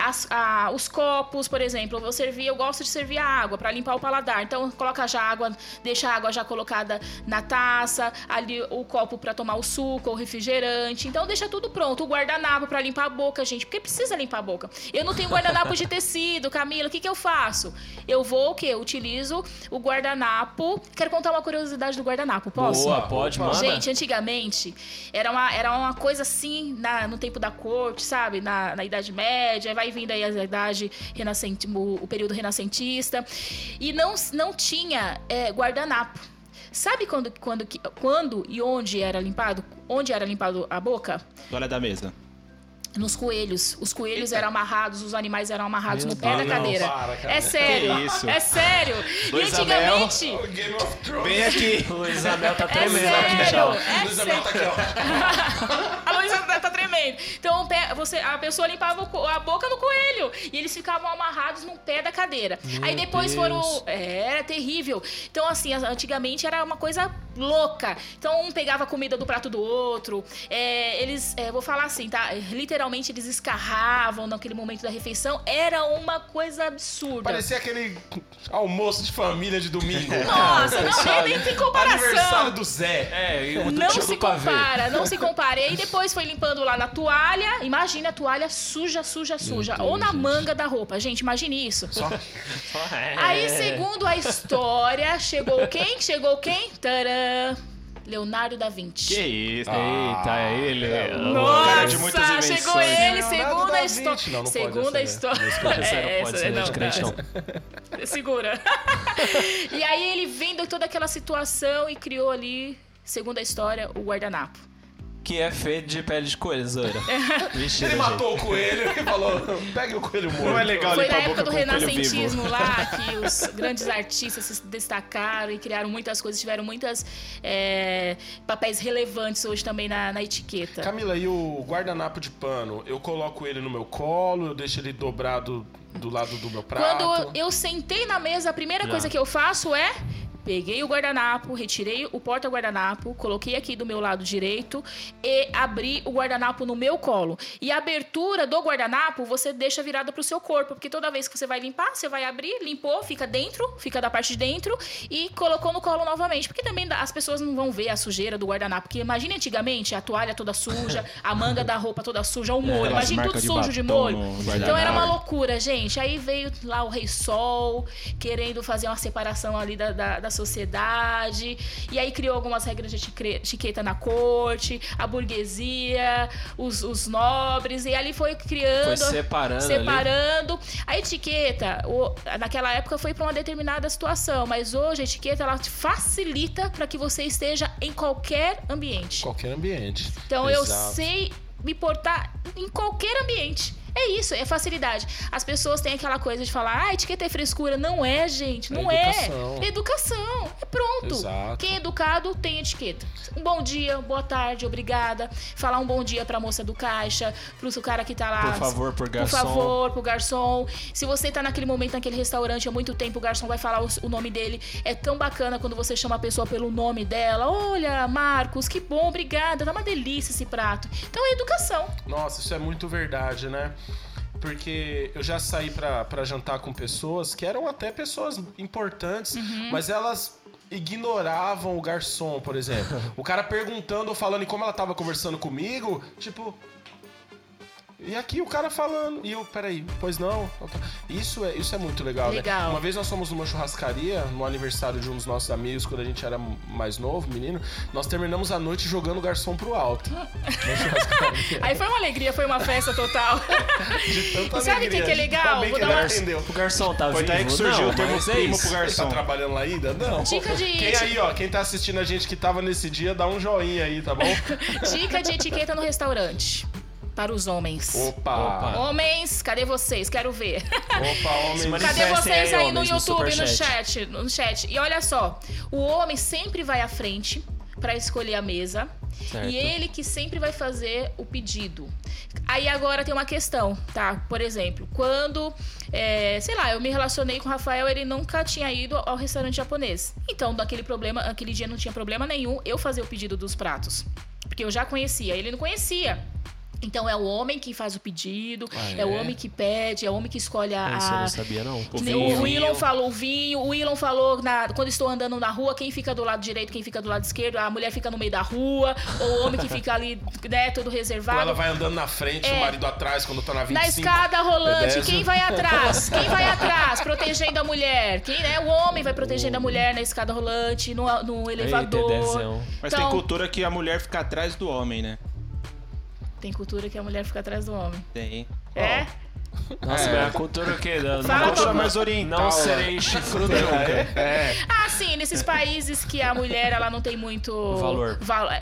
os copos, por exemplo. Eu gosto de servir a água para limpar o paladar. Então coloca já água, deixa a água já colocada na taça, ali o copo para tomar o suco ou refrigerante. Então deixa tudo pronto. O guardanapo para limpar a boca, gente, porque precisa limpar a boca. Eu não tenho guardanapo de tecido, Camila, o que eu faço? Eu vou o quê? Eu utilizo o guardanapo. Quero contar uma curiosidade do guardanapo, posso? Boa, pode, manda. Gente, antigamente era uma coisa assim no tempo da corte, sabe? Na Idade Média, vai vindo aí a idade renascente, o período renascentista, e não tinha guardanapo. Sabe quando e onde era limpado? Onde era limpado a boca? Toalha da mesa. Nos coelhos. Os coelhos eram amarrados, os animais eram amarrados Meu no pé da Deus. cadeira. Não, para, cara. É sério. Que isso? É sério. Luiz E antigamente... Game of Thrones. Vem aqui. Luiz Abel tá É tremendo aqui já. sério. Luiz Abel tá aqui, ó. A Luísa tá tremendo. Então, a pessoa limpava a boca no coelho. E eles ficavam amarrados no pé da cadeira. Aí depois Deus. Era terrível. Então, assim, antigamente era uma coisa louca. Então, um pegava a comida do prato do outro. Vou falar assim, tá? Literalmente, eles escarravam naquele momento da refeição. Era uma coisa absurda. Parecia aquele almoço de família de domingo. Nossa, nem tem comparação. Aniversário do Zé. E o do Não tio se do pavê. compara, não se compara. E aí depois foi limpando lá na toalha. Imagina a toalha suja. Ou na manga da roupa. Gente, imagine isso. Aí, segundo a história, chegou quem? Tcharam! Leonardo da Vinci. Que isso? Eita, ele. Nossa, cara de muitas invenções. chegou ele, Leonardo segundo da a Vinci. história. Não pode Segundo essa, a né? história. Não pode ser de crente, não. Segura. E aí ele vendo toda aquela situação e criou ali, segundo a história, o guardanapo. Que é feito de pele de coelho, Zora. Vixe, Ele matou o coelho e falou: pegue o coelho morto. Não é legal Foi limpar na a época boca do com o coelho renascentismo vivo. lá que os grandes artistas se destacaram e criaram muitas coisas, tiveram muitas papéis relevantes hoje também na etiqueta. Camila, e o guardanapo de pano? Eu coloco ele no meu colo, eu deixo ele dobrado do lado do meu prato. Quando eu sentei na mesa, a primeira coisa que eu faço é Peguei o guardanapo, retirei o porta-guardanapo, coloquei aqui do meu lado direito e abri o guardanapo no meu colo. E a abertura do guardanapo você deixa virada pro seu corpo, porque toda vez que você vai limpar, você vai abrir, limpou, fica dentro, fica da parte de dentro e colocou no colo novamente. Porque também as pessoas não vão ver a sujeira do guardanapo. Porque imagine antigamente a toalha toda suja, a manga da roupa toda suja, o molho. Imagina tudo sujo de molho. Então era uma loucura, gente. Aí veio lá o Rei Sol, querendo fazer uma separação ali da sociedade. E aí criou algumas regras de etiqueta na corte, a burguesia, os nobres. E ali foi criando... Foi separando. Ali. A etiqueta, naquela época, foi para uma determinada situação. Mas hoje a etiqueta, ela facilita para que você esteja em qualquer ambiente. Qualquer ambiente. Então Exato. eu sei me portar em qualquer ambiente. É isso, é facilidade. As pessoas têm aquela coisa de falar, etiqueta é frescura. Não é, gente, não é. Educação. É pronto. Exato. Quem é educado tem etiqueta. Um bom dia, boa tarde, obrigada. Falar um bom dia pra moça do caixa, pro cara que tá lá. Por favor, por garçom. Por favor, pro garçom. Se você tá naquele momento, naquele restaurante há muito tempo, o garçom vai falar o nome dele. É tão bacana quando você chama a pessoa pelo nome dela. Olha, Marcos, que bom, obrigada. Tá uma delícia esse prato. Então é educação. Nossa, isso é muito verdade, né? Porque eu já saí pra jantar com pessoas que eram até pessoas importantes, mas elas ignoravam o garçom, por exemplo. O cara perguntando ou falando, e como ela tava conversando comigo, tipo... E aqui o cara falando, e eu, peraí, pois não? Isso é muito legal, né? Uma vez nós fomos numa churrascaria, no aniversário de um dos nossos amigos, quando a gente era mais novo, menino, nós terminamos a noite jogando o garçom pro alto. Aí foi uma alegria, foi uma festa total. De tanta Sabe o que é legal? Vou dar uma... O garçom tá Foi vivo? daí que surgiu não, o termo primo pro Ele garçom. tá trabalhando lá ainda? Não. Dica de... Quem aí, ó, quem tá assistindo a gente que tava nesse dia, dá um joinha aí, tá bom? Dica de etiqueta no restaurante. Para os homens. Opa! Homens, cadê vocês? Quero ver. Opa, homens. Cadê vocês aí no homens, no YouTube, superchat. no chat? E olha só, o homem sempre vai à frente para escolher a mesa. Certo. E ele que sempre vai fazer o pedido. Aí agora tem uma questão, tá? Por exemplo, quando, sei lá, eu me relacionei com o Rafael, ele nunca tinha ido ao restaurante japonês. Então, aquele dia não tinha problema nenhum eu fazer o pedido dos pratos. Porque eu já conhecia, ele não conhecia. Então é o homem que faz o pedido, é o homem que pede, é o homem que escolhe Isso eu não sabia, não. O Willon falou o vinho, o Willon falou quando estou andando na rua, quem fica do lado direito, quem fica do lado esquerdo, a mulher fica no meio da rua, ou o homem que fica ali, né, todo reservado. Ou ela vai andando na frente, o marido atrás, quando tá na 25. Na escada rolante, quem vai atrás? Quem vai atrás, protegendo a mulher? Quem, né? O homem vai protegendo a mulher na escada rolante, no elevador. Eita, mas tem cultura que a mulher fica atrás do homem, né? Tem cultura que a mulher fica atrás do homem. Tem. É? Nossa, mas a cultura o quê? Fala cultura mais oriental. Não serei chifrudo nunca. Ah, sim, nesses países que a mulher, ela não tem muito... Valor.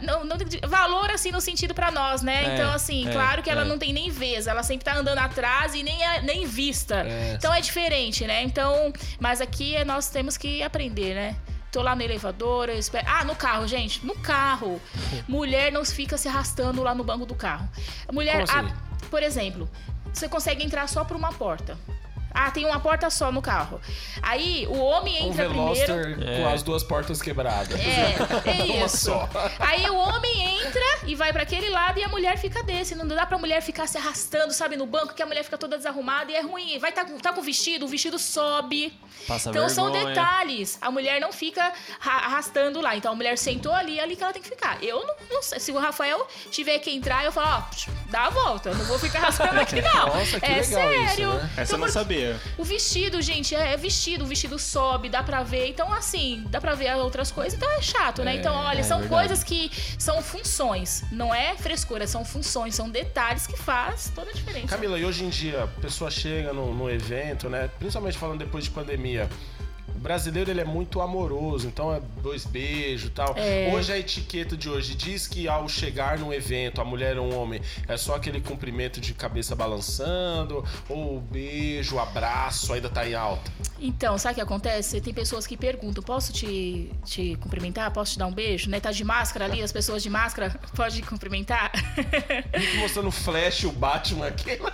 Valor, assim, no sentido pra nós, né? Então, assim, claro que ela não tem nem vez. Ela sempre tá andando atrás e nem vista. Então, é diferente, né? Então, mas aqui nós temos que aprender, né? Tô lá no elevador, eu espero... Ah, no carro, gente. No carro. Mulher não fica se arrastando lá no banco do carro. Mulher... Como assim? Por exemplo, você consegue entrar só por uma porta. Ah, tem uma porta só no carro. Aí, o homem entra primeiro... com as duas portas quebradas. É Uma isso. só. Aí o homem entra e vai pra aquele lado e a mulher fica desse. Não dá pra mulher ficar se arrastando, sabe, no banco, que a mulher fica toda desarrumada e é ruim. Vai tá com o vestido sobe. Passa Então são vergonha. detalhes. A mulher não fica arrastando lá. Então a mulher sentou ali que ela tem que ficar. Eu não sei. Se o Rafael tiver que entrar, eu falo, dá a volta. Eu não vou ficar arrastando aqui, não. Nossa, que é legal sério. isso, né? Essa eu não sabia. O vestido, gente, é vestido. O vestido sobe, dá pra ver. Então, assim, dá pra ver outras coisas. Então é chato, né? Então, olha, são verdade. coisas que são funções. Não é frescura, são funções. São detalhes que faz toda a diferença. Camila, e hoje em dia, a pessoa chega no evento, né? Principalmente falando depois de pandemia. O brasileiro, ele é muito amoroso, então é 2 beijos e tal. Hoje a etiqueta de hoje diz que ao chegar num evento, a mulher ou um homem, é só aquele cumprimento de cabeça balançando, ou o beijo, o abraço ainda tá em alta. Então, sabe o que acontece? Tem pessoas que perguntam, posso te cumprimentar? Posso te dar um beijo? Né? Tá de máscara ali, as pessoas de máscara, pode cumprimentar? Fico mostrando o Flash, o Batman aqui.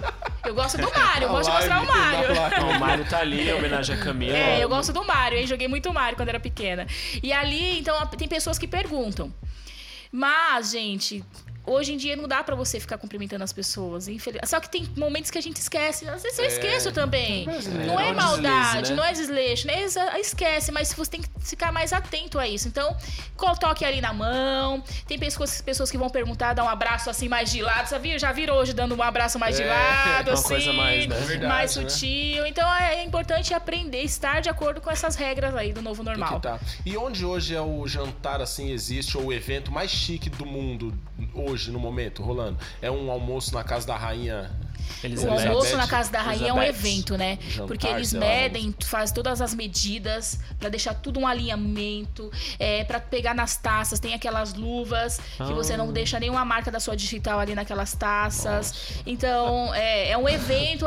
Eu gosto do Mário, eu gosto de mostrar o Mário. O Mário tá ali, em homenagem a Camila. Eu gosto do Mário, hein? Joguei muito Mário quando era pequena. E ali, então, tem pessoas que perguntam. Mas, gente, hoje em dia não dá pra você ficar cumprimentando as pessoas. Só que tem momentos que a gente esquece. Às vezes eu esqueço também. Não é maldade, não é desleixo, né? Esquece, mas você tem que ficar mais atento a isso. Então, toque ali na mão. Tem pessoas que vão perguntar, dar um abraço assim mais de lado. Já viram hoje dando um abraço mais de lado, uma assim, coisa mais, né? Verdade, mais né? sutil. Então é importante aprender, estar de acordo com essas regras aí do novo normal. Tá. E onde hoje é o jantar, assim, existe, ou o evento mais chique do mundo, hoje, no momento, rolando? É um almoço na casa da rainha... O Elizabeth. almoço na casa da rainha é um Elizabeth. evento, né? Jantar, Porque eles sei lá, medem, fazem todas as medidas pra deixar tudo um alinhamento, pra pegar nas taças, tem aquelas luvas que você não deixa nenhuma marca da sua digital ali naquelas taças. Então, é um evento,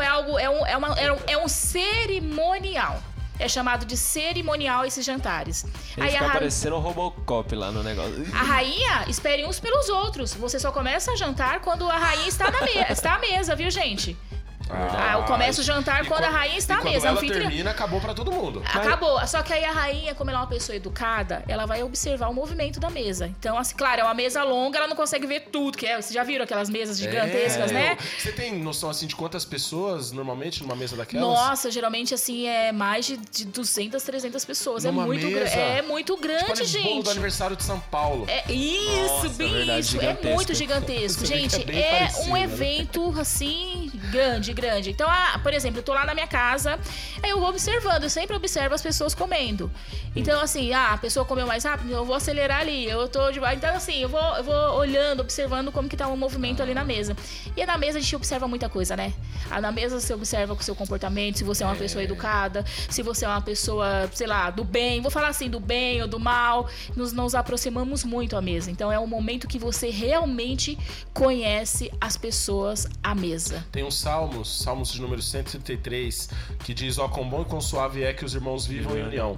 é um cerimonial. É chamado de cerimonial esses jantares. Ele fica parecendo um Robocop lá no negócio. A rainha espere uns pelos outros. Você só começa a jantar quando a rainha está à mesa, viu, gente? Eu começo o jantar quando a rainha está à mesa. Quando ela termina, acabou pra todo mundo. Acabou. Só que aí a rainha, como ela é uma pessoa educada, ela vai observar o movimento da mesa. Então, assim, claro, é uma mesa longa, ela não consegue ver tudo. Vocês já viram aquelas mesas gigantescas, né? Você tem noção, assim, de quantas pessoas, normalmente, numa mesa daquelas? Nossa, geralmente, assim, é mais de 200, 300 pessoas. Numa É muito, mesa? é muito grande, Tipo, bolo do gente. aniversário de São Paulo. Isso, Nossa, bem verdade, isso. É gigantesco. muito gigantesco. Você vê que Gente, é bem é parecido, um né? evento, assim, grande. Então, por exemplo, eu tô lá na minha casa, aí eu vou observando, eu sempre observo as pessoas comendo. Então, assim, a pessoa comeu mais rápido, eu vou acelerar ali, Então, assim, eu vou olhando, observando como que tá o movimento ali na mesa. E na mesa a gente observa muita coisa, né? Na mesa você observa o seu comportamento, se você é uma pessoa educada, se você é uma pessoa, sei lá, do bem, vou falar assim, do bem ou do mal, nos aproximamos muito à mesa. Então, é um momento que você realmente conhece as pessoas à mesa. Tem uns Salmos de número 133, que diz: ó, quão bom e quão suave é que os irmãos vivam em união.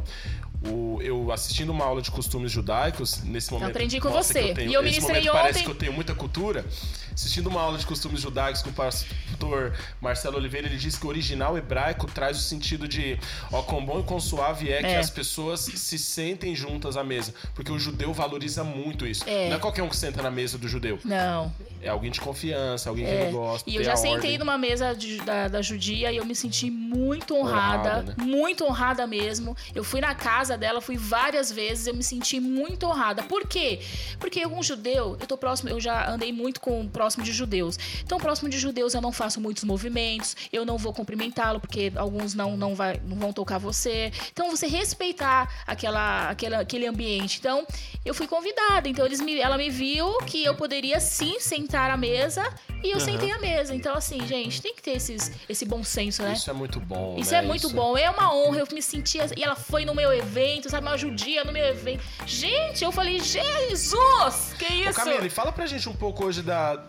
Eu assistindo uma aula de costumes judaicos, nesse momento... Eu aprendi com mostra você. que eu tenho, E eu nesse ministrei momento parece ontem. que eu tenho muita cultura. Assistindo uma aula de costumes judaicos com o pastor Marcelo Oliveira, ele diz que o original hebraico traz o sentido de: ó, quão bom e quão suave é que as pessoas se sentem juntas à mesa. Porque o judeu valoriza muito isso. Não é qualquer um que senta na mesa do judeu. Não. É alguém de confiança, alguém que ele gosta. E eu já sentei numa mesa da judia e eu me senti muito honrada, né? muito honrada mesmo. Eu fui na casa dela, fui várias vezes, eu me senti muito honrada. Por quê? Porque um judeu, eu já andei muito próximo de judeus. Então, próximo de judeus eu não faço muitos movimentos, eu não vou cumprimentá-lo, porque alguns não vão tocar você. Então, você respeitar aquele ambiente. Então, eu fui convidada. Então, ela me viu que eu poderia sim sentar à mesa e eu sentei à mesa. Então, assim, gente, tem que ter esse bom senso, né? Isso é muito bom, Isso né? é muito bom. É uma honra. Eu me sentia... E ela foi no meu evento, sabe? Uma judia no meu evento. Gente, eu falei, Jesus! Que isso? Ô, Camila, e fala pra gente um pouco hoje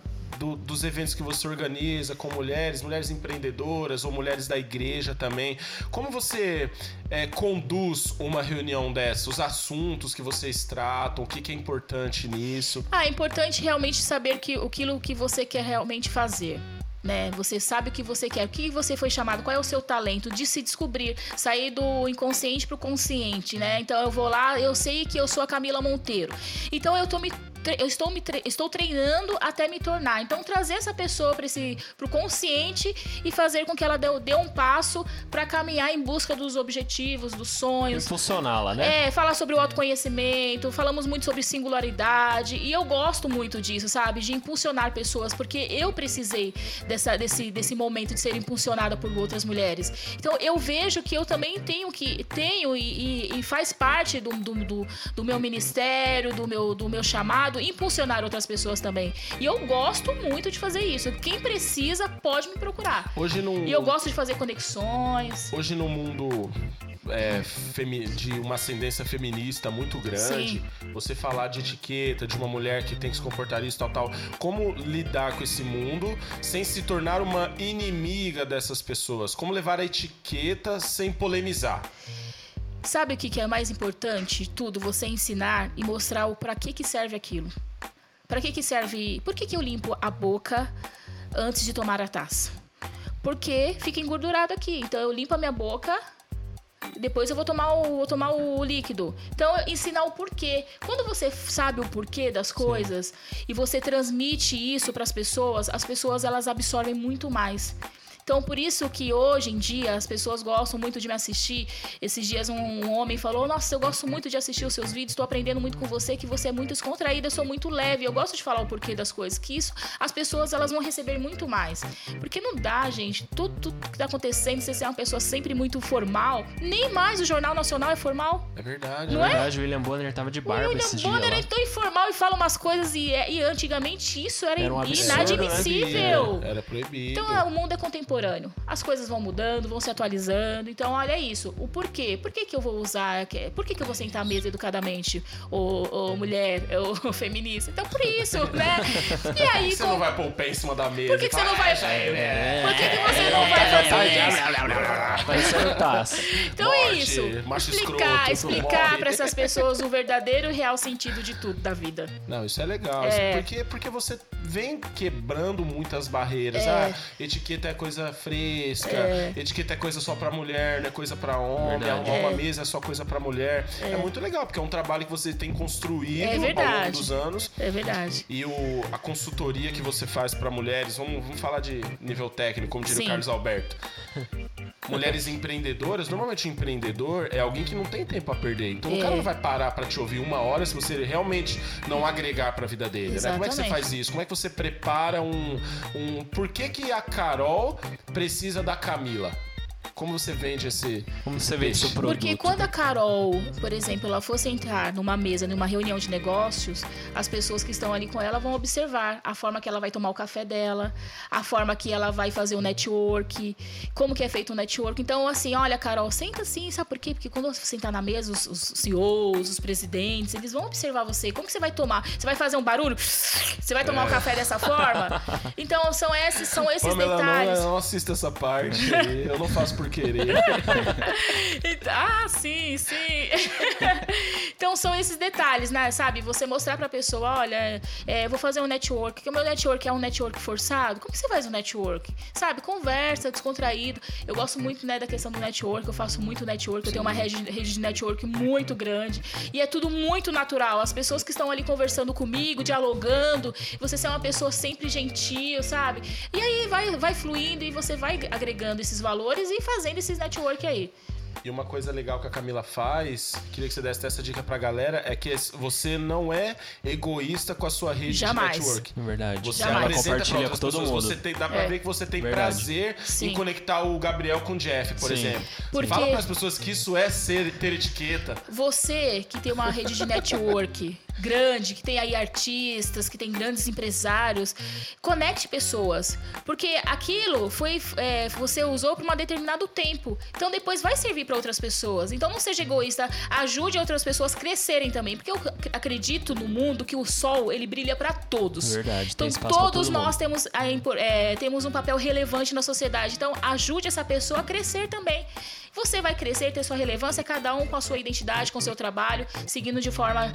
dos eventos que você organiza com mulheres empreendedoras ou mulheres da igreja também. Como você conduz uma reunião dessa? Os assuntos que vocês tratam, o que é importante nisso? É importante realmente saber aquilo que você quer realmente fazer. Né? Você sabe o que você quer, o que você foi chamado, qual é o seu talento, de se descobrir, sair do inconsciente pro consciente, né? Então eu vou lá, eu sei que eu sou a Camila Monteiro. Então eu estou treinando até me tornar. Então trazer essa pessoa pro consciente e fazer com que ela dê um passo para caminhar em busca dos objetivos, dos sonhos. Impulsioná-la, né? Falar sobre o autoconhecimento, falamos muito sobre singularidade e eu gosto muito disso, sabe? De impulsionar pessoas, porque eu precisei desse momento de ser impulsionada por outras mulheres. Então eu vejo que eu também tenho e faz parte do meu ministério, do meu chamado, impulsionar outras pessoas também. E eu gosto muito de fazer isso. Quem precisa pode me procurar. E eu gosto de fazer conexões. Hoje no mundo de uma ascendência feminista muito grande, você falar de etiqueta, de uma mulher que tem que se comportar isso, tal, como lidar com esse mundo sem se tornar uma inimiga dessas pessoas? Como levar a etiqueta sem polemizar? Sabe o que é mais importante de tudo? Você ensinar e mostrar para que serve aquilo. Para que serve... Por que eu limpo a boca antes de tomar a taça? porque fica engordurado aqui. Então eu limpo a minha boca, depois eu vou tomar o líquido. Então, ensinar o porquê. Quando você sabe o porquê das coisas e você transmite isso para as pessoas elas absorvem muito mais. Então, por isso que hoje em dia as pessoas gostam muito de me assistir. Esses dias um homem falou: nossa, eu gosto muito de assistir os seus vídeos, estou aprendendo muito com você, que você é muito descontraída, eu sou muito leve. Eu gosto de falar o porquê das coisas, que isso as pessoas elas vão receber muito mais. Porque não dá, gente, tudo que tá acontecendo, se você é uma pessoa sempre muito formal, nem mais o Jornal Nacional é formal. É verdade. Não é? verdade, o William Bonner tava de barba esse dia O William Bonner lá. é tão informal e fala umas coisas e antigamente isso era um absurdo, inadmissível. Era proibido. Então o mundo é contemporâneo. As coisas vão mudando, vão se atualizando. Então, olha isso. O porquê. Por que eu vou usar... Por que eu vou sentar à mesa educadamente? Ou mulher, ou feminista. Então, por isso, né? E aí... Você não vai pôr o pé em cima da mesa. Por que você não vai... Por que você não vai fazer isso? Parecendo taça. Então é Morte, isso. macho Explicar escroto, para essas pessoas o verdadeiro e real sentido de tudo da vida. Não, isso é legal. Porque você vem quebrando muitas barreiras. Etiqueta é coisa fresca, etiqueta é coisa só pra mulher, não é coisa pra homem, arrumar uma mesa é só coisa pra mulher. É muito legal, porque é um trabalho que você tem construído ao longo dos anos. É verdade. E a consultoria que você faz pra mulheres, vamos falar de nível técnico, como diria o Carlos Alberto. Mulheres empreendedoras, normalmente empreendedor é alguém que não tem tempo a perder. Então o cara não vai parar pra te ouvir 1 hora se você realmente não agregar pra vida dele, né? Como é que você faz isso? Como é que você prepara Por que a Carol precisa da Camila? Como você vende esse... Como você vende seu produto? Porque quando a Carol, por exemplo, ela fosse entrar numa mesa, numa reunião de negócios, as pessoas que estão ali com ela vão observar a forma que ela vai tomar o café dela, a forma que ela vai fazer o network, como que é feito o network. Então, assim, olha, Carol, senta assim, sabe por quê? Porque quando você sentar na mesa, os CEOs, os presidentes, eles vão observar você. Como que você vai tomar? Você vai fazer um barulho? Você vai tomar o café dessa forma? Então, são esses Pamela, detalhes. não assista essa parte aí. Eu não faço por querer. Sim. Então são esses detalhes, né? Sabe? Você mostrar pra pessoa, olha, vou fazer um network, que o meu network é um network forçado. Como que você faz um network? Sabe? Conversa, descontraído. Eu gosto muito, né, da questão do network, eu faço muito network, eu tenho uma rede de network muito grande e é tudo muito natural. As pessoas que estão ali conversando comigo, dialogando, você ser uma pessoa sempre gentil, sabe? E aí vai fluindo e você vai agregando esses valores e fazendo esses network aí. E uma coisa legal que a Camila faz, queria que você desse essa dica pra galera, é que você não é egoísta com a sua rede de network. Verdade. Você Jamais. Compartilha com todo pessoas, mundo. Dá pra ver que você tem prazer em conectar o Gabriel com o Jeff, por exemplo. Porque... Fala pras pessoas que isso é ter etiqueta. Você que tem uma rede de network grande, que tem aí artistas, que tem grandes empresários, conecte pessoas. Porque aquilo você usou por um determinado tempo. Então depois vai servir para outras pessoas. Então não seja egoísta, ajude outras pessoas a crescerem também. Porque eu acredito no mundo que o sol, ele brilha para todos. Verdade, então todos nós temos um papel relevante na sociedade. Então ajude essa pessoa a crescer também. Você vai crescer, ter sua relevância, cada um com a sua identidade, com o seu trabalho, seguindo de forma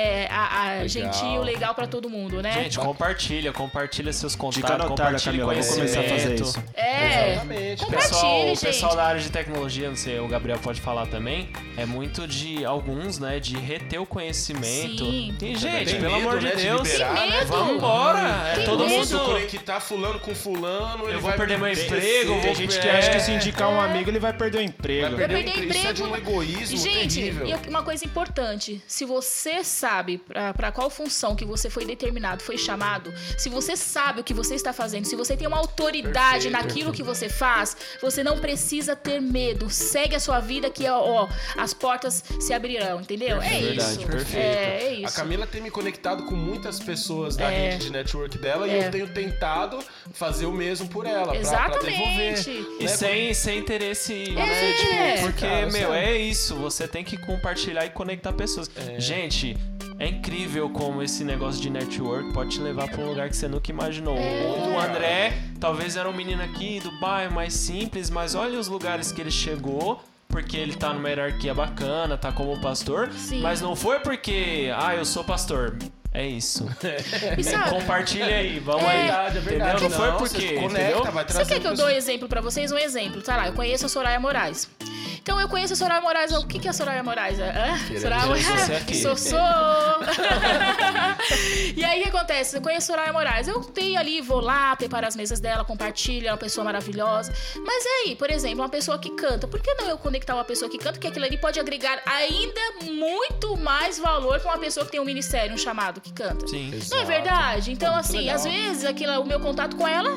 gentil, legal pra todo mundo, né? Gente, compartilha seus contatos, anotada, Camila, vamos começar a fazer isso. Exatamente. Compartilhe, O pessoal da área de tecnologia, não sei, o Gabriel pode falar também, é muito de alguns, né, de reter o conhecimento. Sim. E, gente, Tem pelo medo, amor de né, de Deus, liberar, Tem medo. vambora. Tem Todo medo. mundo... conectar fulano com fulano, ele Eu vou vai perder meu crescer, emprego, Tem gente que acha que se indicar um amigo, ele vai perder o emprego. Vai perder perder o emprego. Isso é de um emprego. egoísmo Gente, terrível. e uma coisa importante, se você sabe pra qual função que você foi determinado, foi chamado, se você sabe o que você está fazendo, se você tem uma autoridade naquilo que você faz, você não precisa ter medo. Segue a sua vida que as portas se abrirão, entendeu? É Verdade, isso. perfeito. É isso. A Camila tem me conectado com muitas pessoas da rede de network dela e eu tenho tentado fazer o mesmo por ela, pra devolver. Exatamente. E sem interesse, né, tipo, porque, cara, meu, sabe? é isso, você tem que compartilhar e conectar pessoas. Gente, é incrível como esse negócio de network pode te levar pra um lugar que você nunca imaginou. O André, talvez era um menino aqui do bairro mais simples, mas olha os lugares que ele chegou, porque ele tá numa hierarquia bacana, tá como pastor, Sim. mas não foi porque, eu sou pastor. É isso. E sabe, Compartilha aí, vamos aí. Verdade, é verdade. Entendeu? Não foi Não, porque, você conecta, entendeu? vai você trazer quer que eu dou exemplo pra vocês? Um exemplo. Tá lá, eu conheço a Soraya Moraes. Então eu conheço a Soraya Moraes. O que é a Soraya Morais? Soraya Moraes. você aqui. Sou. E aí o que acontece? Eu conheço a Soraya Moraes. Eu tenho ali, vou lá, preparo as mesas dela, compartilho, é uma pessoa maravilhosa. Mas aí, por exemplo, uma pessoa que canta. Por que não eu conectar uma pessoa que canta? Porque aquilo ali pode agregar ainda muito mais valor pra uma pessoa que tem um ministério, um chamado, que canta. Sim. Não é verdade? Então, assim, às vezes o meu contato com ela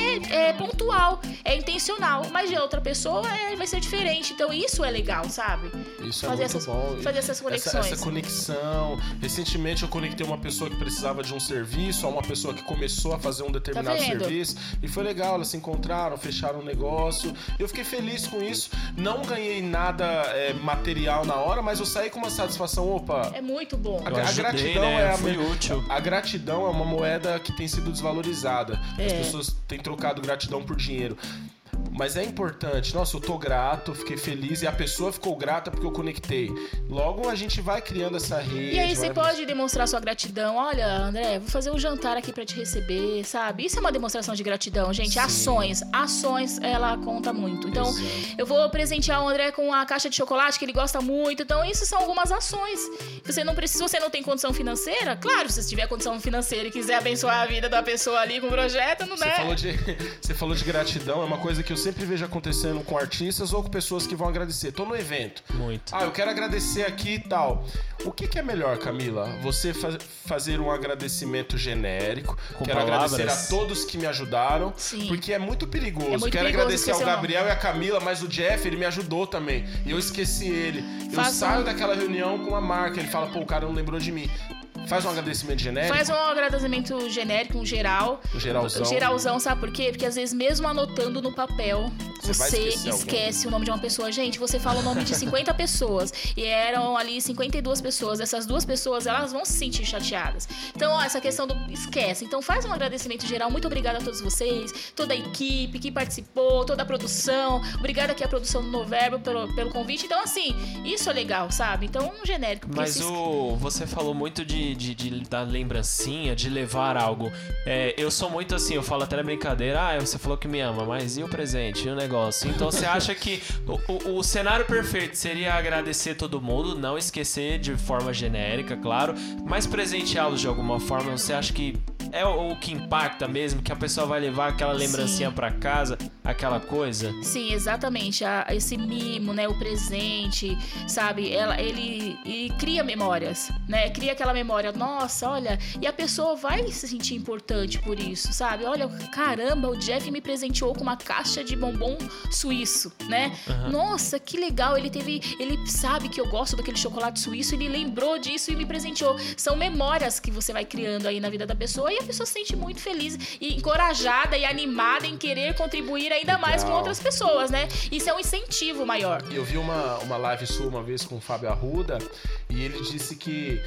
é pontual, é intencional, mas de outra pessoa vai ser diferente. Então, isso é legal, sabe? Isso Fazer é muito bom. Fazer essas conexões. Essa conexão. Recentemente eu conectei uma pessoa que precisava de um serviço a uma pessoa que começou a fazer um determinado serviço. E foi legal, elas se encontraram, fecharam um negócio. Eu fiquei feliz com isso. Não ganhei nada material na hora, mas eu saí com uma satisfação. Opa, É muito bom. Eu ajudei, gratidão né? Foi útil. A gratidão é uma moeda que tem sido desvalorizada. As pessoas têm trocado gratidão por dinheiro. Mas é importante. Nossa, eu tô grato, fiquei feliz. E a pessoa ficou grata porque eu conectei. Logo a gente vai criando essa rede. E aí você pode demonstrar sua gratidão. Olha, André, vou fazer um jantar aqui pra te receber, sabe? Isso é uma demonstração de gratidão, gente. Sim. Ações, ela conta muito. Então, Exato. eu vou presentear o André com a caixa de chocolate que ele gosta muito. Então, isso são algumas ações. Você não precisa, se você não tem condição financeira, claro, se você tiver condição financeira e quiser abençoar a vida da pessoa ali com o projeto, não é? Você falou de gratidão, é uma coisa que eu sempre vejo acontecendo com artistas ou com pessoas que vão agradecer. Tô no evento. Muito. Eu quero agradecer aqui e tal. O que é melhor, Camila? Você fazer um agradecimento genérico. Com Quero palavras? agradecer a todos que me ajudaram. Sim. Porque é muito perigoso. É muito Quero perigoso agradecer ao esquecer o nome. Gabriel e a Camila, mas o Jeff, ele me ajudou também. E eu esqueci ele. Eu saio daquela reunião com uma marca. Ele fala, pô, o cara não lembrou de mim. Faz um agradecimento genérico. Faz um agradecimento genérico, um geral. Um geralzão. Geralzão, sabe por quê? Porque às vezes, mesmo anotando no papel, Você vai você esquecer esquece o nome de uma pessoa. Gente, você fala o nome de 50 pessoas. E eram ali 52 pessoas. Essas 2 pessoas, elas vão se sentir chateadas. Então, ó, essa questão do esquece. Então, faz um agradecimento geral. Muito obrigada a todos vocês, toda a equipe que participou, toda a produção. Obrigada aqui a produção do Noverbo pelo convite. Então, assim, isso é legal, sabe? Então, um genérico. porque Mas você falou muito da lembrancinha, de levar algo. Eu sou muito assim, eu falo até na brincadeira, você falou que me ama, mas e o presente, e o negócio? Então você acha que o cenário perfeito seria agradecer todo mundo, não esquecer de forma genérica, claro, mas presenteá-los de alguma forma, você acha que é o que impacta mesmo, que a pessoa vai levar aquela lembrancinha pra casa, aquela coisa? Sim, exatamente. Esse mimo, né? O presente, sabe? Ele cria memórias, né? Cria aquela memória. Nossa, olha. E a pessoa vai se sentir importante por isso, sabe? Olha, caramba, o Jeff me presenteou com uma caixa de bombom suíço, né? Uhum. Nossa, que legal. Ele sabe que eu gosto daquele chocolate suíço, ele lembrou disso e me presenteou. São memórias que você vai criando aí na vida da pessoa e a pessoa se sente muito feliz e encorajada e animada em querer contribuir ainda mais com outras pessoas, né? Isso é um incentivo maior. Eu vi uma live sua uma vez com o Fábio Arruda e ele disse que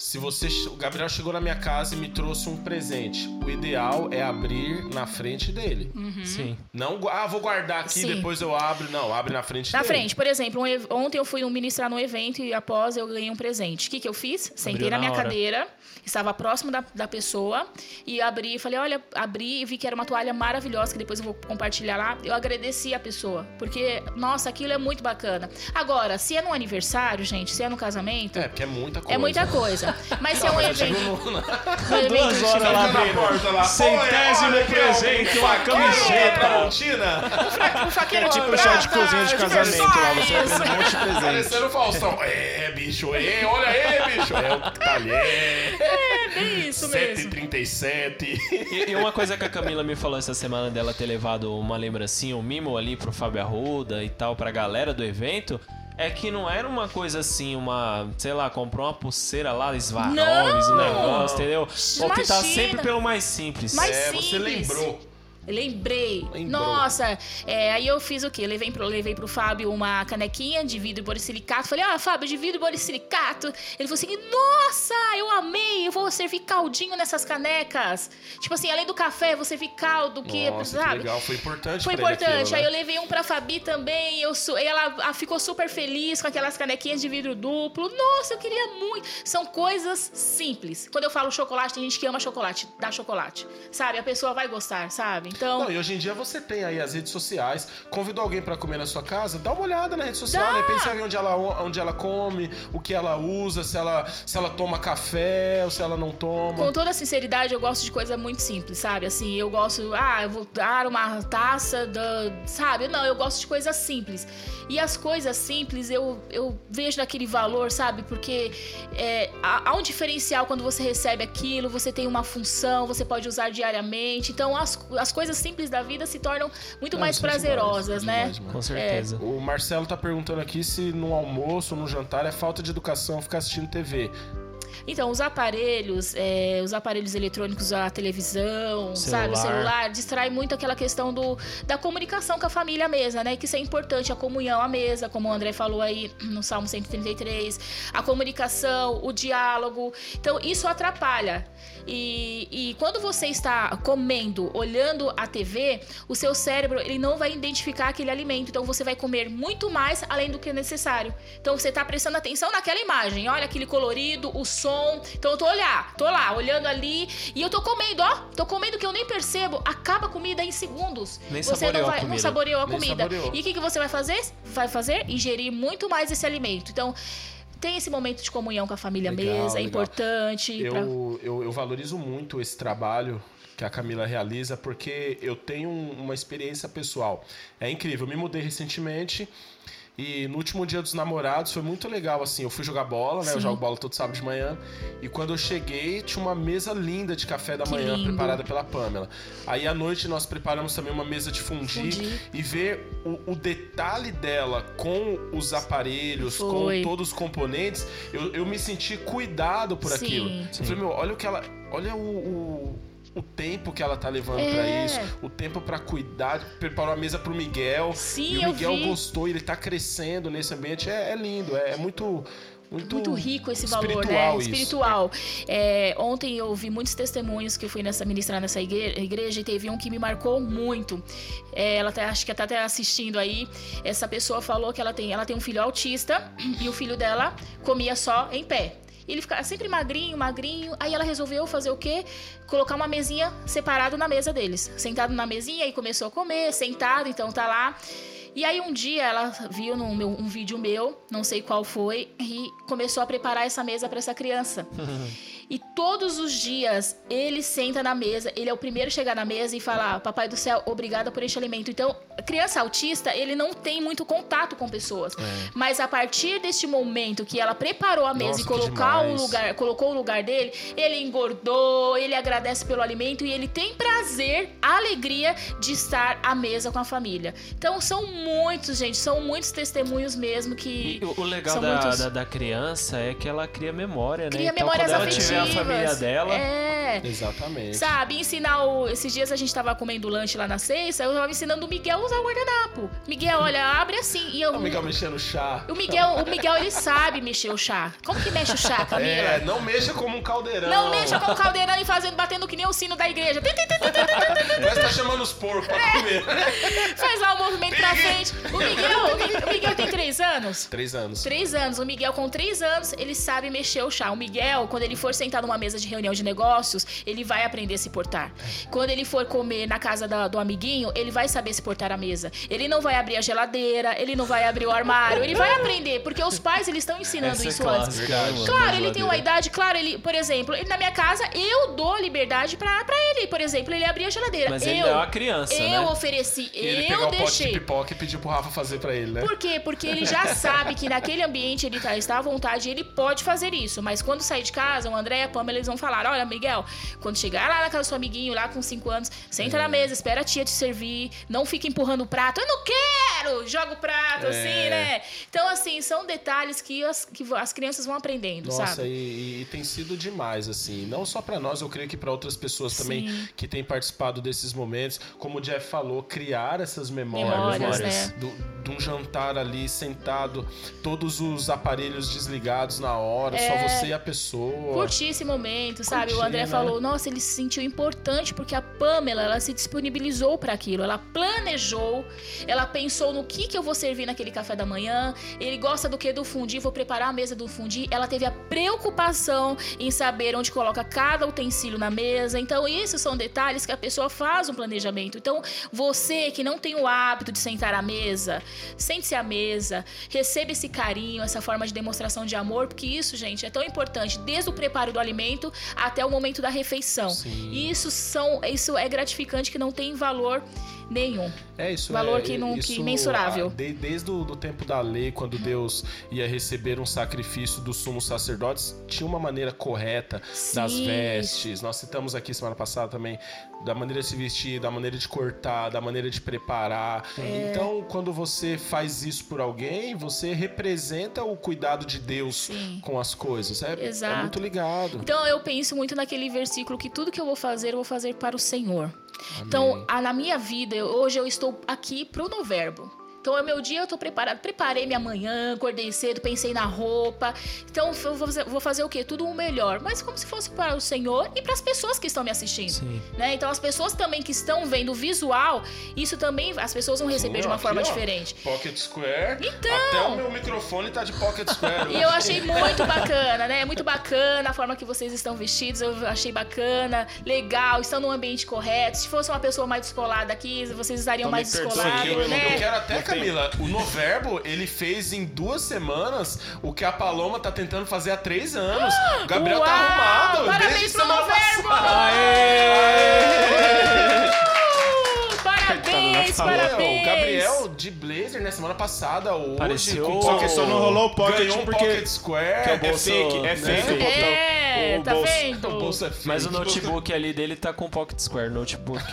o Gabriel chegou na minha casa e me trouxe um presente. O ideal é abrir na frente dele. Uhum. Sim. Não, vou guardar aqui, Sim. depois eu abro. Não, abre na frente dele. Na frente, por exemplo, ontem eu fui ministrar num evento e após eu ganhei um presente. O que eu fiz? Sentei na minha cadeira, estava próximo da pessoa e abri, falei, olha, abri e vi que era uma toalha maravilhosa, que depois eu vou compartilhar lá. Eu agradeci a pessoa, porque, nossa, aquilo é muito bacana. Agora, se é no aniversário, gente, se é no casamento... porque é muita coisa. É muita coisa. Mas se é um evento... Duas horas lá abrindo. Centésimo presente, uma camiseta. Um faqueiro de Tipo chá de cozinha de casamento lá, você vai Isso. tendo um monte de presente. Parecendo o Faustão. Bicho, olha aí, bicho. É o talher. Bem isso mesmo. 7h37. E uma coisa que a Camila me falou essa semana dela ter levado uma lembrancinha, um mimo ali pro Fábio Arruda e tal, pra galera do evento, é que não era uma coisa assim, sei lá, comprou uma pulseira lá, Swarovski, um negócio, entendeu? Optar Imagina. sempre pelo mais simples. Mais Você simples. lembrou. Lembrei. Nossa, aí eu fiz o quê? Levei pro Fábio uma canequinha de vidro borissilicato. Falei, Fábio, de vidro borissilicato. Ele falou assim, nossa, eu amei, eu vou servir caldinho nessas canecas. Tipo assim, além do café, eu vou servir caldo, Nossa, sabe? Que legal, foi importante Foi pra ele importante. aquilo, né? Aí eu levei um pra Fabi também. Ela ficou super feliz com aquelas canequinhas de vidro duplo. Nossa, eu queria muito. São coisas simples. Quando eu falo chocolate, tem gente que ama chocolate, dá chocolate. Sabe? A pessoa vai gostar, sabe? Então... Não, e hoje em dia você tem aí as redes sociais. Convidou alguém pra comer na sua casa, dá uma olhada na rede social, né? Pensa onde ela come, o que ela usa, se ela toma café ou se ela não toma. Com toda sinceridade, eu gosto de coisa muito simples, sabe? Assim, eu gosto... eu vou dar uma taça, sabe? Não, eu gosto de coisas simples. E as coisas simples, eu vejo naquele valor, sabe? Porque há um diferencial quando você recebe aquilo, você tem uma função, você pode usar diariamente. Então, as coisas simples da vida se tornam muito mais prazerosas, né? Com certeza. O Marcelo tá perguntando aqui se no almoço ou no jantar é falta de educação ficar assistindo TV. Então, os aparelhos eletrônicos, a televisão, sabe, o celular, distrai muito aquela questão da comunicação com a família à mesa, né? Que isso é importante, a comunhão à mesa, como o André falou aí no Salmo 133, a comunicação, o diálogo. Então, isso atrapalha. E quando você está comendo, olhando a TV, o seu cérebro ele não vai identificar aquele alimento. Então, você vai comer muito mais além do que é necessário. Então, você está prestando atenção naquela imagem. Olha aquele colorido, o som. Então, eu tô lá, olhando ali. E eu tô comendo que eu nem percebo. Acaba a comida em segundos. Você não saboreou a comida. E o que você vai fazer? Ingerir muito mais esse alimento. Então, tem esse momento de comunhão com a família mesa, é importante. Eu valorizo muito esse trabalho que a Camila realiza, porque eu tenho uma experiência pessoal. É incrível, eu me mudei recentemente e no último dia dos namorados foi muito legal, assim, eu fui jogar bola, né? Sim. Eu jogo bola todo sábado de manhã, e quando eu cheguei tinha uma mesa linda de café da manhã preparada pela Pamela. Aí à noite nós preparamos também uma mesa de fondue. E ver o detalhe dela com os aparelhos, com todos os componentes, eu me senti cuidado por aquilo. Eu falei, olha o que ela... Olha o tempo que ela tá levando pra isso, o tempo pra cuidar, preparou a mesa pro Miguel. Sim, e o Miguel gostou, ele tá crescendo nesse ambiente, é lindo, é muito rico esse valor, né? Espiritual. Ontem eu vi muitos testemunhos que eu fui ministrar nessa igreja e teve um que me marcou muito. Ela acho que tá até assistindo aí. Essa pessoa falou que ela tem um filho autista e o filho dela comia só em pé. Ele ficava sempre magrinho. Aí ela resolveu fazer o quê? Colocar uma mesinha separada na mesa deles. Sentado na mesinha e começou a comer, sentado, então tá lá. E aí um dia ela viu um vídeo meu, não sei qual foi, e começou a preparar essa mesa para essa criança. E todos os dias ele senta na mesa, ele é o primeiro a chegar na mesa e falar: papai do céu, obrigada por este alimento. Então, a criança autista, ele não tem muito contato com pessoas. Mas a partir deste momento que ela preparou a mesa e colocou o lugar dele, ele engordou, ele agradece pelo alimento e ele tem prazer, alegria de estar à mesa com a família. Então, são muitos testemunhos mesmo que... E o legal da criança é que ela cria memória, né? Cria memórias afetivas. A família dela. Exatamente. Sabe, ensinar esses dias a gente tava comendo lanche lá na sexta, eu tava ensinando o Miguel a usar o guardanapo. Miguel, olha, abre assim. O Miguel mexendo o chá. O Miguel, ele sabe mexer o chá. Como que mexe o chá, Camila? Não mexa como um caldeirão. Não mexa como um caldeirão e batendo que nem o sino da igreja. Parece que tá chamando os porcos pra comer. Faz lá o movimento pra frente. O Miguel tem 3 anos? 3 anos. 3 anos. O Miguel, com 3 anos, ele sabe mexer o chá. O Miguel, quando ele for sentar numa mesa de reunião de negócios, ele vai aprender a se portar. Quando ele for comer na casa do amiguinho, ele vai saber se portar à mesa. Ele não vai abrir a geladeira, ele não vai abrir o armário, ele vai aprender, porque os pais, eles estão ensinando isso antes. Claro, ele tem uma idade, por exemplo, na minha casa, eu dou liberdade pra ele, por exemplo, ele abrir a geladeira. Mas ele é uma criança, né? Eu ofereci, ele pegou o pote de pipoca e pediu pro Rafa fazer pra ele, né? Por quê? Porque ele já sabe que naquele ambiente ele está à vontade e ele pode fazer isso. Mas quando sair de casa, o André André e a Pamela, eles vão falar, olha, Miguel, quando chegar lá na casa do seu amiguinho, lá com 5 anos, senta na mesa, espera a tia te servir, não fica empurrando o prato, eu não quero, joga o prato, assim, né? Então, assim, são detalhes que as crianças vão aprendendo, Nossa, sabe? E tem sido demais, assim. Não só pra nós, eu creio que pra outras pessoas também que têm participado desses momentos. Como o Jeff falou, criar essas memórias né? de um jantar ali, sentado, todos os aparelhos desligados na hora, só você e a pessoa. Curtir esse momento, sabe? Curtir, O André né? falou, nossa, ele se sentiu importante porque a Pamela, ela se disponibilizou para aquilo, ela planejou, ela pensou no que eu vou servir naquele café da manhã, ele gosta do que? Do fundi, vou preparar a mesa do fundi, ela teve a preocupação em saber onde coloca cada utensílio na mesa, então esses são detalhes que a pessoa faz um planejamento. Então, você que não tem o hábito de sentar à mesa, sente-se à mesa, receba esse carinho, essa forma de demonstração de amor, porque isso, gente, é tão importante, desde o preparo do alimento até o momento da refeição. Sim. Isso é gratificante, que não tem valor nenhum. Isso valor é que imensurável. Desde o tempo da lei, quando Deus ia receber um sacrifício dos sumos sacerdotes, tinha uma maneira correta das vestes. Nós citamos aqui semana passada também da maneira de se vestir, da maneira de cortar, da maneira de preparar. Então, quando você faz isso por alguém, você representa o cuidado de Deus com as coisas. É muito ligado. Então, eu penso muito naquele versículo que tudo que eu vou fazer para o Senhor. Amém. Então, na minha vida, hoje eu estou aqui pro Noverbo. Então, é meu dia, eu tô preparado. Preparei minha manhã, acordei cedo, pensei na roupa. Então, eu vou fazer o quê? Tudo o melhor. Mas como se fosse para o Senhor e para as pessoas que estão me assistindo. Né? Então, as pessoas também que estão vendo o visual, isso também as pessoas vão receber de uma forma diferente. Pocket Square. Então, até o meu microfone tá de Pocket Square. E eu achei muito bacana, né? Muito bacana a forma que vocês estão vestidos. Eu achei bacana, legal, estão no ambiente correto. Se fosse uma pessoa mais descolada aqui, vocês estariam mais descolados, né? Eu quero até, Camila, o Noverbo, ele fez em 2 semanas o que a Paloma tá tentando fazer há 3 anos. O Gabriel tá arrumado. Parabéns pro Noverbo! Parabéns! O Gabriel de blazer, né? Semana passada, hoje. Pareceu... Só que só não rolou o Pocket ganhou um porque... Pocket Square. Que é fake, é fake o botão. Tá vendo? O bolso é fake. Mas o notebook ali dele tá com Pocket Square, notebook.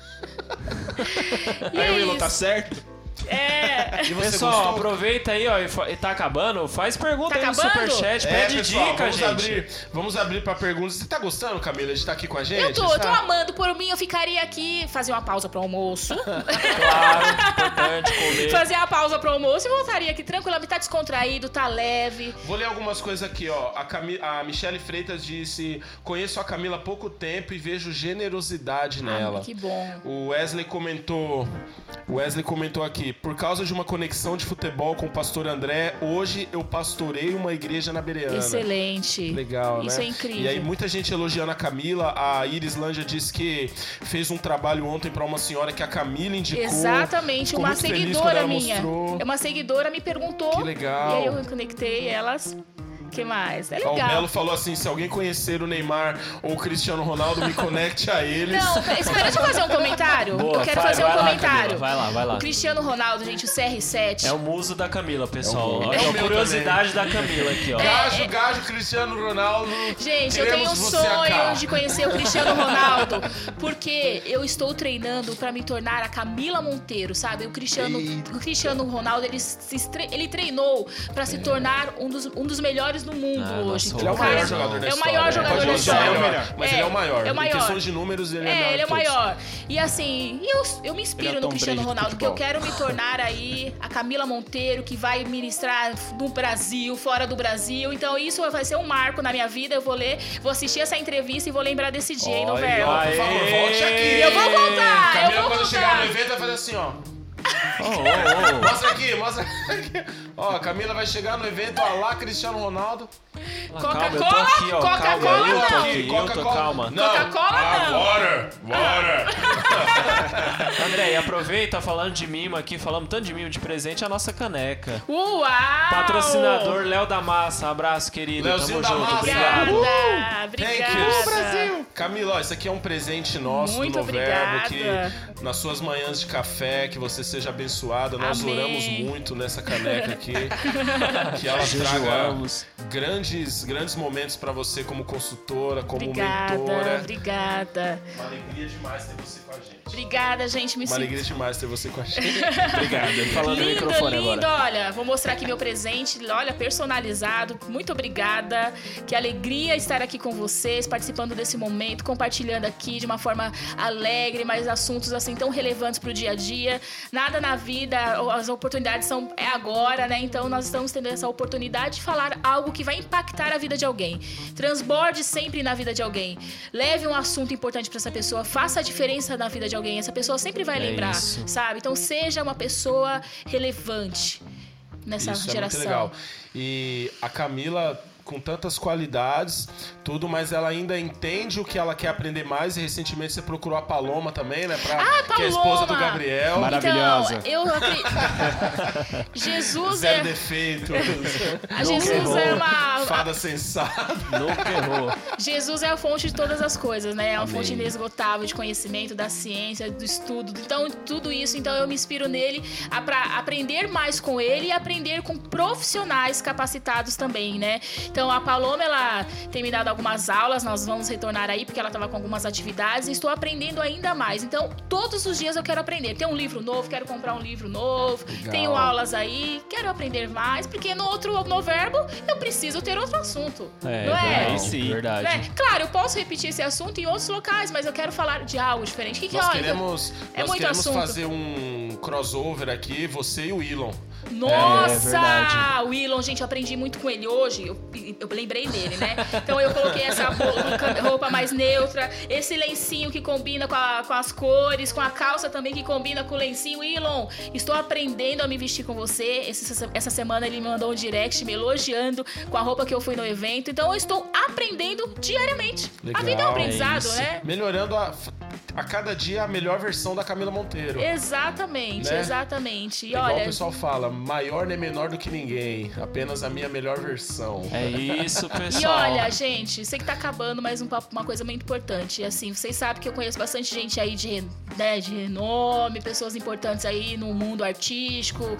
Aí o Willow tá certo? E você Pessoal, gostou? aproveita aí, ó, e tá acabando, faz pergunta Tá aí no acabando? Superchat, pede pessoal, dica, gente. Vamos abrir pra perguntas. Você tá gostando, Camila, de estar aqui com a gente? Eu tô amando. Por mim, eu ficaria aqui, fazer uma pausa pro almoço. Claro, importante comer. Fazer a pausa pro almoço e voltaria aqui tranquilamente. Tá descontraído, tá leve. Vou ler algumas coisas aqui, ó. A Michele Freitas disse: conheço a Camila há pouco tempo e vejo generosidade nela. Que bom. O Wesley comentou aqui: por causa de uma conexão de futebol com o pastor André, hoje eu pastorei uma igreja na Bereana. Excelente. Legal, Isso né? é incrível. E aí muita gente elogiando a Camila. A Iris Lanja disse que fez um trabalho ontem pra uma senhora que a Camila indicou. Exatamente, Ficou uma muito feliz quando seguidora ela minha. mostrou. Uma seguidora me perguntou. Que legal. E aí eu conectei elas. O que mais? É Ó, legal. o Belo falou assim: se alguém conhecer o Neymar ou o Cristiano Ronaldo, me conecte a eles. Não, espera, deixa eu fazer um comentário. Boa, eu quero vai fazer um lá, comentário. Camila, vai lá. O Cristiano Ronaldo, gente, o CR7. É o muso da Camila, pessoal. É o Olha a meu curiosidade da Camila aqui, ó. Gajo, Cristiano Ronaldo. Gente, eu tenho um queremos você acá. sonho de conhecer o Cristiano Ronaldo, porque eu estou treinando pra me tornar a Camila Monteiro, sabe? O Cristiano Ronaldo, ele treinou pra se tornar um dos melhores do mundo hoje. nossa, Ele é o Cara, maior jogador da é o história. maior jogador Pode da gostar, história. mas ele é o maior. É o maior. Em questões de números, ele é o maior. Ele é o de todos. maior. E assim, eu me Ele é inspiro o no Tom Cristiano Brady do Ronaldo, porque eu futebol. quero me tornar aí a Camila Monteiro, que vai ministrar no Brasil, fora do Brasil. Então isso vai ser um marco na minha vida. Eu vou assistir essa entrevista e vou lembrar desse dia, hein, Noverbo? Por favor, volte aqui. Eu vou voltar, Camila, eu vou quando chegar no voltar. evento, vai fazer assim, ó. Oh. Mostra aqui. Ó, a Camila vai chegar no evento, ó lá, Cristiano Ronaldo. Calma, eu tô aqui, ó. Coca-Cola Calma, eu tô não. aqui, calma. Não. Coca-Cola não. Water. André, e aproveita falando de mimo aqui, falamos tanto de mimo de presente, a nossa caneca. Uau! Patrocinador Léo da Massa, abraço, querido. Léozinho Tamo da junto, Massa. obrigado. Obrigada. Brasil. Camila, ó, isso aqui é um presente nosso Muito do Noverbo, obrigada. que nas suas manhãs de café, que você seja abençoado abençoada. Nós Amém. oramos muito nessa caneca aqui. Que ela traga grandes momentos pra você como consultora, como mentora. Obrigada. Uma alegria demais ter você com a gente. Obrigada, gente. Uma alegria demais ter você com a gente. Obrigado. Falando no Lindo, microfone lindo. agora. Olha, vou mostrar aqui meu presente. Olha, personalizado. Muito obrigada. Que alegria estar aqui com vocês, participando desse momento, compartilhando aqui de uma forma alegre, mas assuntos assim tão relevantes pro dia a dia. Nada na vida, as oportunidades é agora, né? Então nós estamos tendo essa oportunidade de falar algo que vai impactar a vida de alguém. Transborde sempre na vida de alguém. Leve um assunto importante para essa pessoa, faça a diferença na vida de alguém. Essa pessoa sempre vai lembrar, isso. sabe? Então seja uma pessoa relevante nessa Isso geração. é muito legal. E a Camila, com tantas qualidades, tudo, mas ela ainda entende o que ela quer aprender mais. E recentemente você procurou a Paloma também, né? Que é a esposa do Gabriel. Maravilhosa. Então, eu acredito. Jesus Zero defeito. A Jesus é uma. Fada sensata. Nunca errou. Jesus é a fonte de todas as coisas, né? É uma fonte inesgotável de conhecimento, da ciência, do estudo. Então, tudo isso, então eu me inspiro nele para aprender mais com ele e aprender com profissionais capacitados também, né? Então, a Paloma, ela tem me dado algumas aulas, nós vamos retornar aí, porque ela estava com algumas atividades e estou aprendendo ainda mais. Então, todos os dias eu quero aprender. Tem um livro novo, quero comprar um livro novo. Legal. Tenho aulas aí, quero aprender mais, porque no verbo eu preciso ter outro assunto. não é? Aí sim. Verdade. Né? Claro, eu posso repetir esse assunto em outros locais, mas eu quero falar de algo diferente. Nós olha, queremos assunto. fazer um crossover aqui, você e o Elon. Nossa! verdade. O Elon, gente, eu aprendi muito com ele hoje. Eu lembrei dele, né? Então eu coloquei essa roupa mais neutra, esse lencinho que combina com as cores, com a calça também que combina com o lencinho. Elon, estou aprendendo a me vestir com você. Essa semana ele me mandou um direct me elogiando com a roupa que eu fui no evento. Então eu estou aprendendo diariamente. Legal, A vida é um é aprendizado, isso. né? Melhorando a cada dia a melhor versão da Camila Monteiro. Exatamente, Né? exatamente. E Igual olha, o pessoal fala, maior nem menor do que ninguém, apenas a minha melhor versão. É isso, e pessoal. olha, gente, sei que tá acabando, mas uma coisa muito importante. Assim, vocês sabem que eu conheço bastante gente aí de renome, pessoas importantes aí no mundo artístico.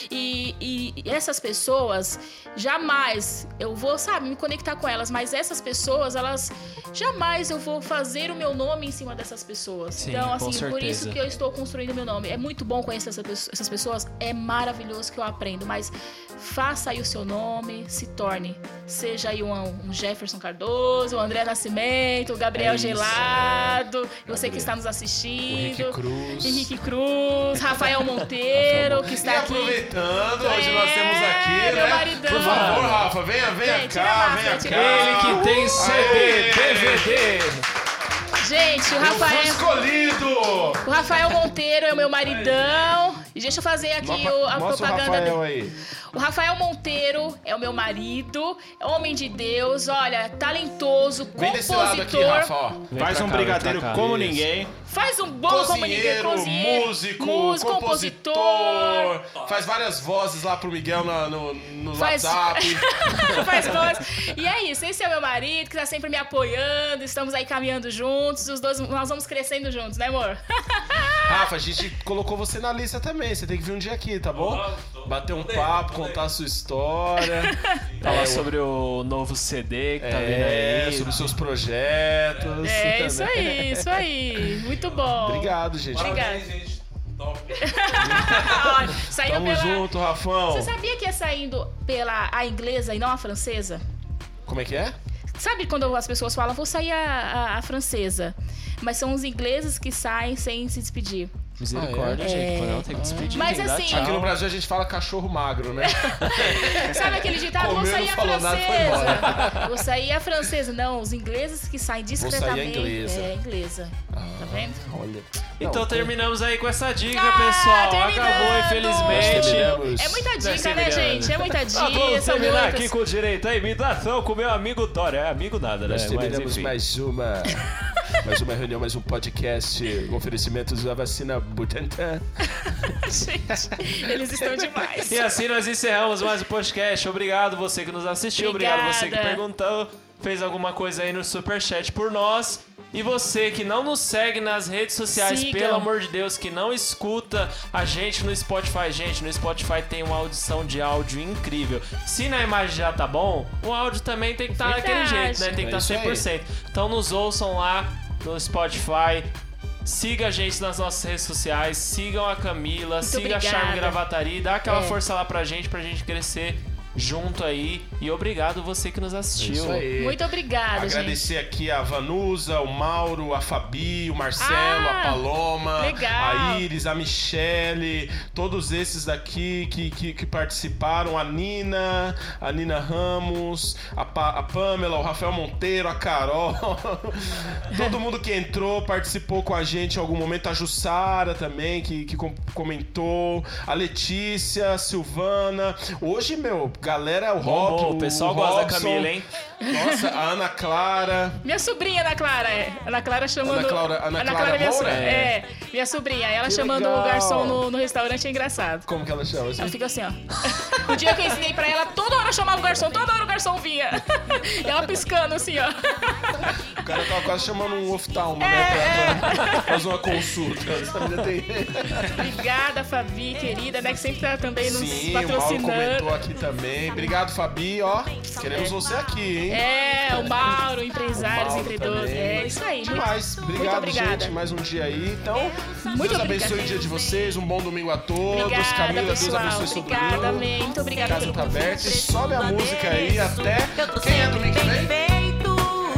E essas pessoas, jamais eu vou, me conectar com elas, mas essas pessoas, jamais eu vou fazer o meu nome em cima dessas pessoas. Sim, então, com assim, por isso certeza. que eu estou construindo meu nome. É muito bom conhecer essas pessoas, é maravilhoso que eu aprendo, mas faça aí o seu nome, se torne. Seja aí um Jefferson Cardoso, o André Nascimento, o Gabriel Gelado, você que está nos assistindo. Henrique Cruz, Rafael Monteiro, que está E aqui. aproveitando, hoje nós temos aqui, meu né? maridão. Por favor, Rafa, venha Gente, tira a cá, máscara, venha tira cá. a Ele que tem CD, DVD. Gente, o Eu fui Rafael. escolhido! O Rafael Monteiro é o meu maridão. E deixa eu fazer aqui a Mostra o propaganda Rafael dele. aí. O Rafael Monteiro é o meu marido, homem de Deus, olha, talentoso, Vem desse lado aqui, compositor. Rafa, ó. Faz pra um cá, brigadeiro vem pra cá. como Isso. ninguém. Faz um bolo como ninguém, Cozinheiro, músico, compositor, faz várias vozes lá pro Miguel no Faz- WhatsApp. Faz voz. E é isso, esse é o meu marido que tá sempre me apoiando, estamos aí caminhando juntos, os dois, nós vamos crescendo juntos, né, amor? Rafa, a gente colocou você na lista também, você tem que vir um dia aqui, tá bom? Bater um papo, contar a sua história. Falar sobre o novo CD que tá vindo aí. Sobre os seus projetos. É, isso aí, isso aí. Muito bom. Obrigado, gente. Obrigada. gente. Top. Olha, saiu Tamo pela... junto, Rafão. Você sabia que é saindo pela a inglesa e não a francesa? Como é que é? Sabe quando as pessoas falam, vou sair a francesa? Mas são os ingleses que saem sem se despedir. Misericórdia, gente. Quando ela tem que despedir, Mas tem que dar assim- tchau. Aqui no Brasil a gente fala cachorro magro, né? Sabe aquele ditado, vou Comeu, sair não a falou nada, foi francesa? Vou sair a francesa. Não, os ingleses que saem discretamente. inglesa. É, inglesa. Tá vendo? Olha. Então terminamos aí com essa dica, Ah, pessoal. terminando! Acabou, infelizmente. terminamos. É muita dica, né, terminando. gente? É muita dica. Vamos são terminar muitas. aqui com direito à imitação com meu amigo Dória. É amigo nada, né? Nós terminamos Mas, enfim. mais uma reunião, mais um podcast. Oferecimentos da vacina Butantan. Gente, eles estão demais. E assim nós encerramos mais um podcast. Obrigado você que nos assistiu. Obrigado você que Obrigada. perguntou. Fez alguma coisa aí no Superchat por nós. E você que não nos segue nas redes sociais, Sigam. pelo amor de Deus, que não escuta a gente no Spotify. Gente, no Spotify tem uma audição de áudio incrível. Se na imagem já tá bom, o áudio também tem que estar daquele jeito, né? Tem que estar 100%. Então nos ouçam lá no Spotify. Siga a gente nas nossas redes sociais, sigam a Camila, siga a Charme Gravataí, dá aquela força lá pra gente crescer junto aí. E obrigado você que nos assistiu. Isso aí. Muito obrigada, Agradecer aqui a Vanusa, o Mauro, a Fabi, o Marcelo, a Paloma, legal. a Iris, a Michele, todos esses daqui que participaram, a Nina Ramos, a Pamela, o Rafael Monteiro, a Carol, todo mundo que entrou, participou com a gente em algum momento, a Jussara também, que comentou, a Letícia, a Silvana, hoje, galera, o Rob, o pessoal gosta da Camila, hein? Nossa, a Ana Clara. Minha sobrinha, Ana Clara, Ana Clara chamando... Ana Clara minha Moura? minha sobrinha. Ela Que chamando legal. o garçom no restaurante é engraçado. Como que ela chama? Ela fica assim, ó. O dia que eu ensinei pra ela, toda hora eu chamava o garçom, toda hora o garçom vinha. E ela piscando assim, ó. O cara tava quase chamando um oftalmo, né? Pra fazer uma consulta. Obrigada, Fabi, querida, né? Que sempre tá também nos Sim, o Mauro patrocinando. comentou aqui também. Obrigado, Fabi, ó. Queremos você aqui, hein? O Mauro, empresário, desenvolvedor. também. Isso aí. Demais. Obrigado, obrigada. gente. Mais um dia aí. Então, Muito Deus obrigada. abençoe o dia de vocês. Um bom domingo a todos. Obrigada, Camila, pessoal. Deus abençoe todo Obrigada, mundo. amém. Muito obrigada Casa pelo tá convite. aberta. E sobe a música aí até... Quem é domingo que vem? Feito.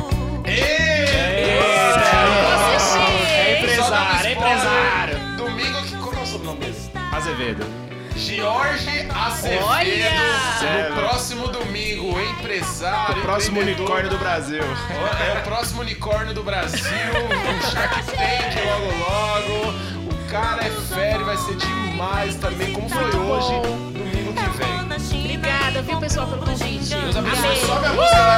É empresário. Domingo que... Como é o sobrenome dele? Azevedo. Jorge Azevedo. Olha! No próximo domingo, empresário. O próximo empreendedor. unicórnio do Brasil. É o próximo unicórnio do Brasil. O Shark Tank logo. O cara é fera, vai ser demais também, como foi hoje, domingo que vem. Obrigada, viu, pessoal, pelo convite. Deus abençoe. Amém. Sobe a música da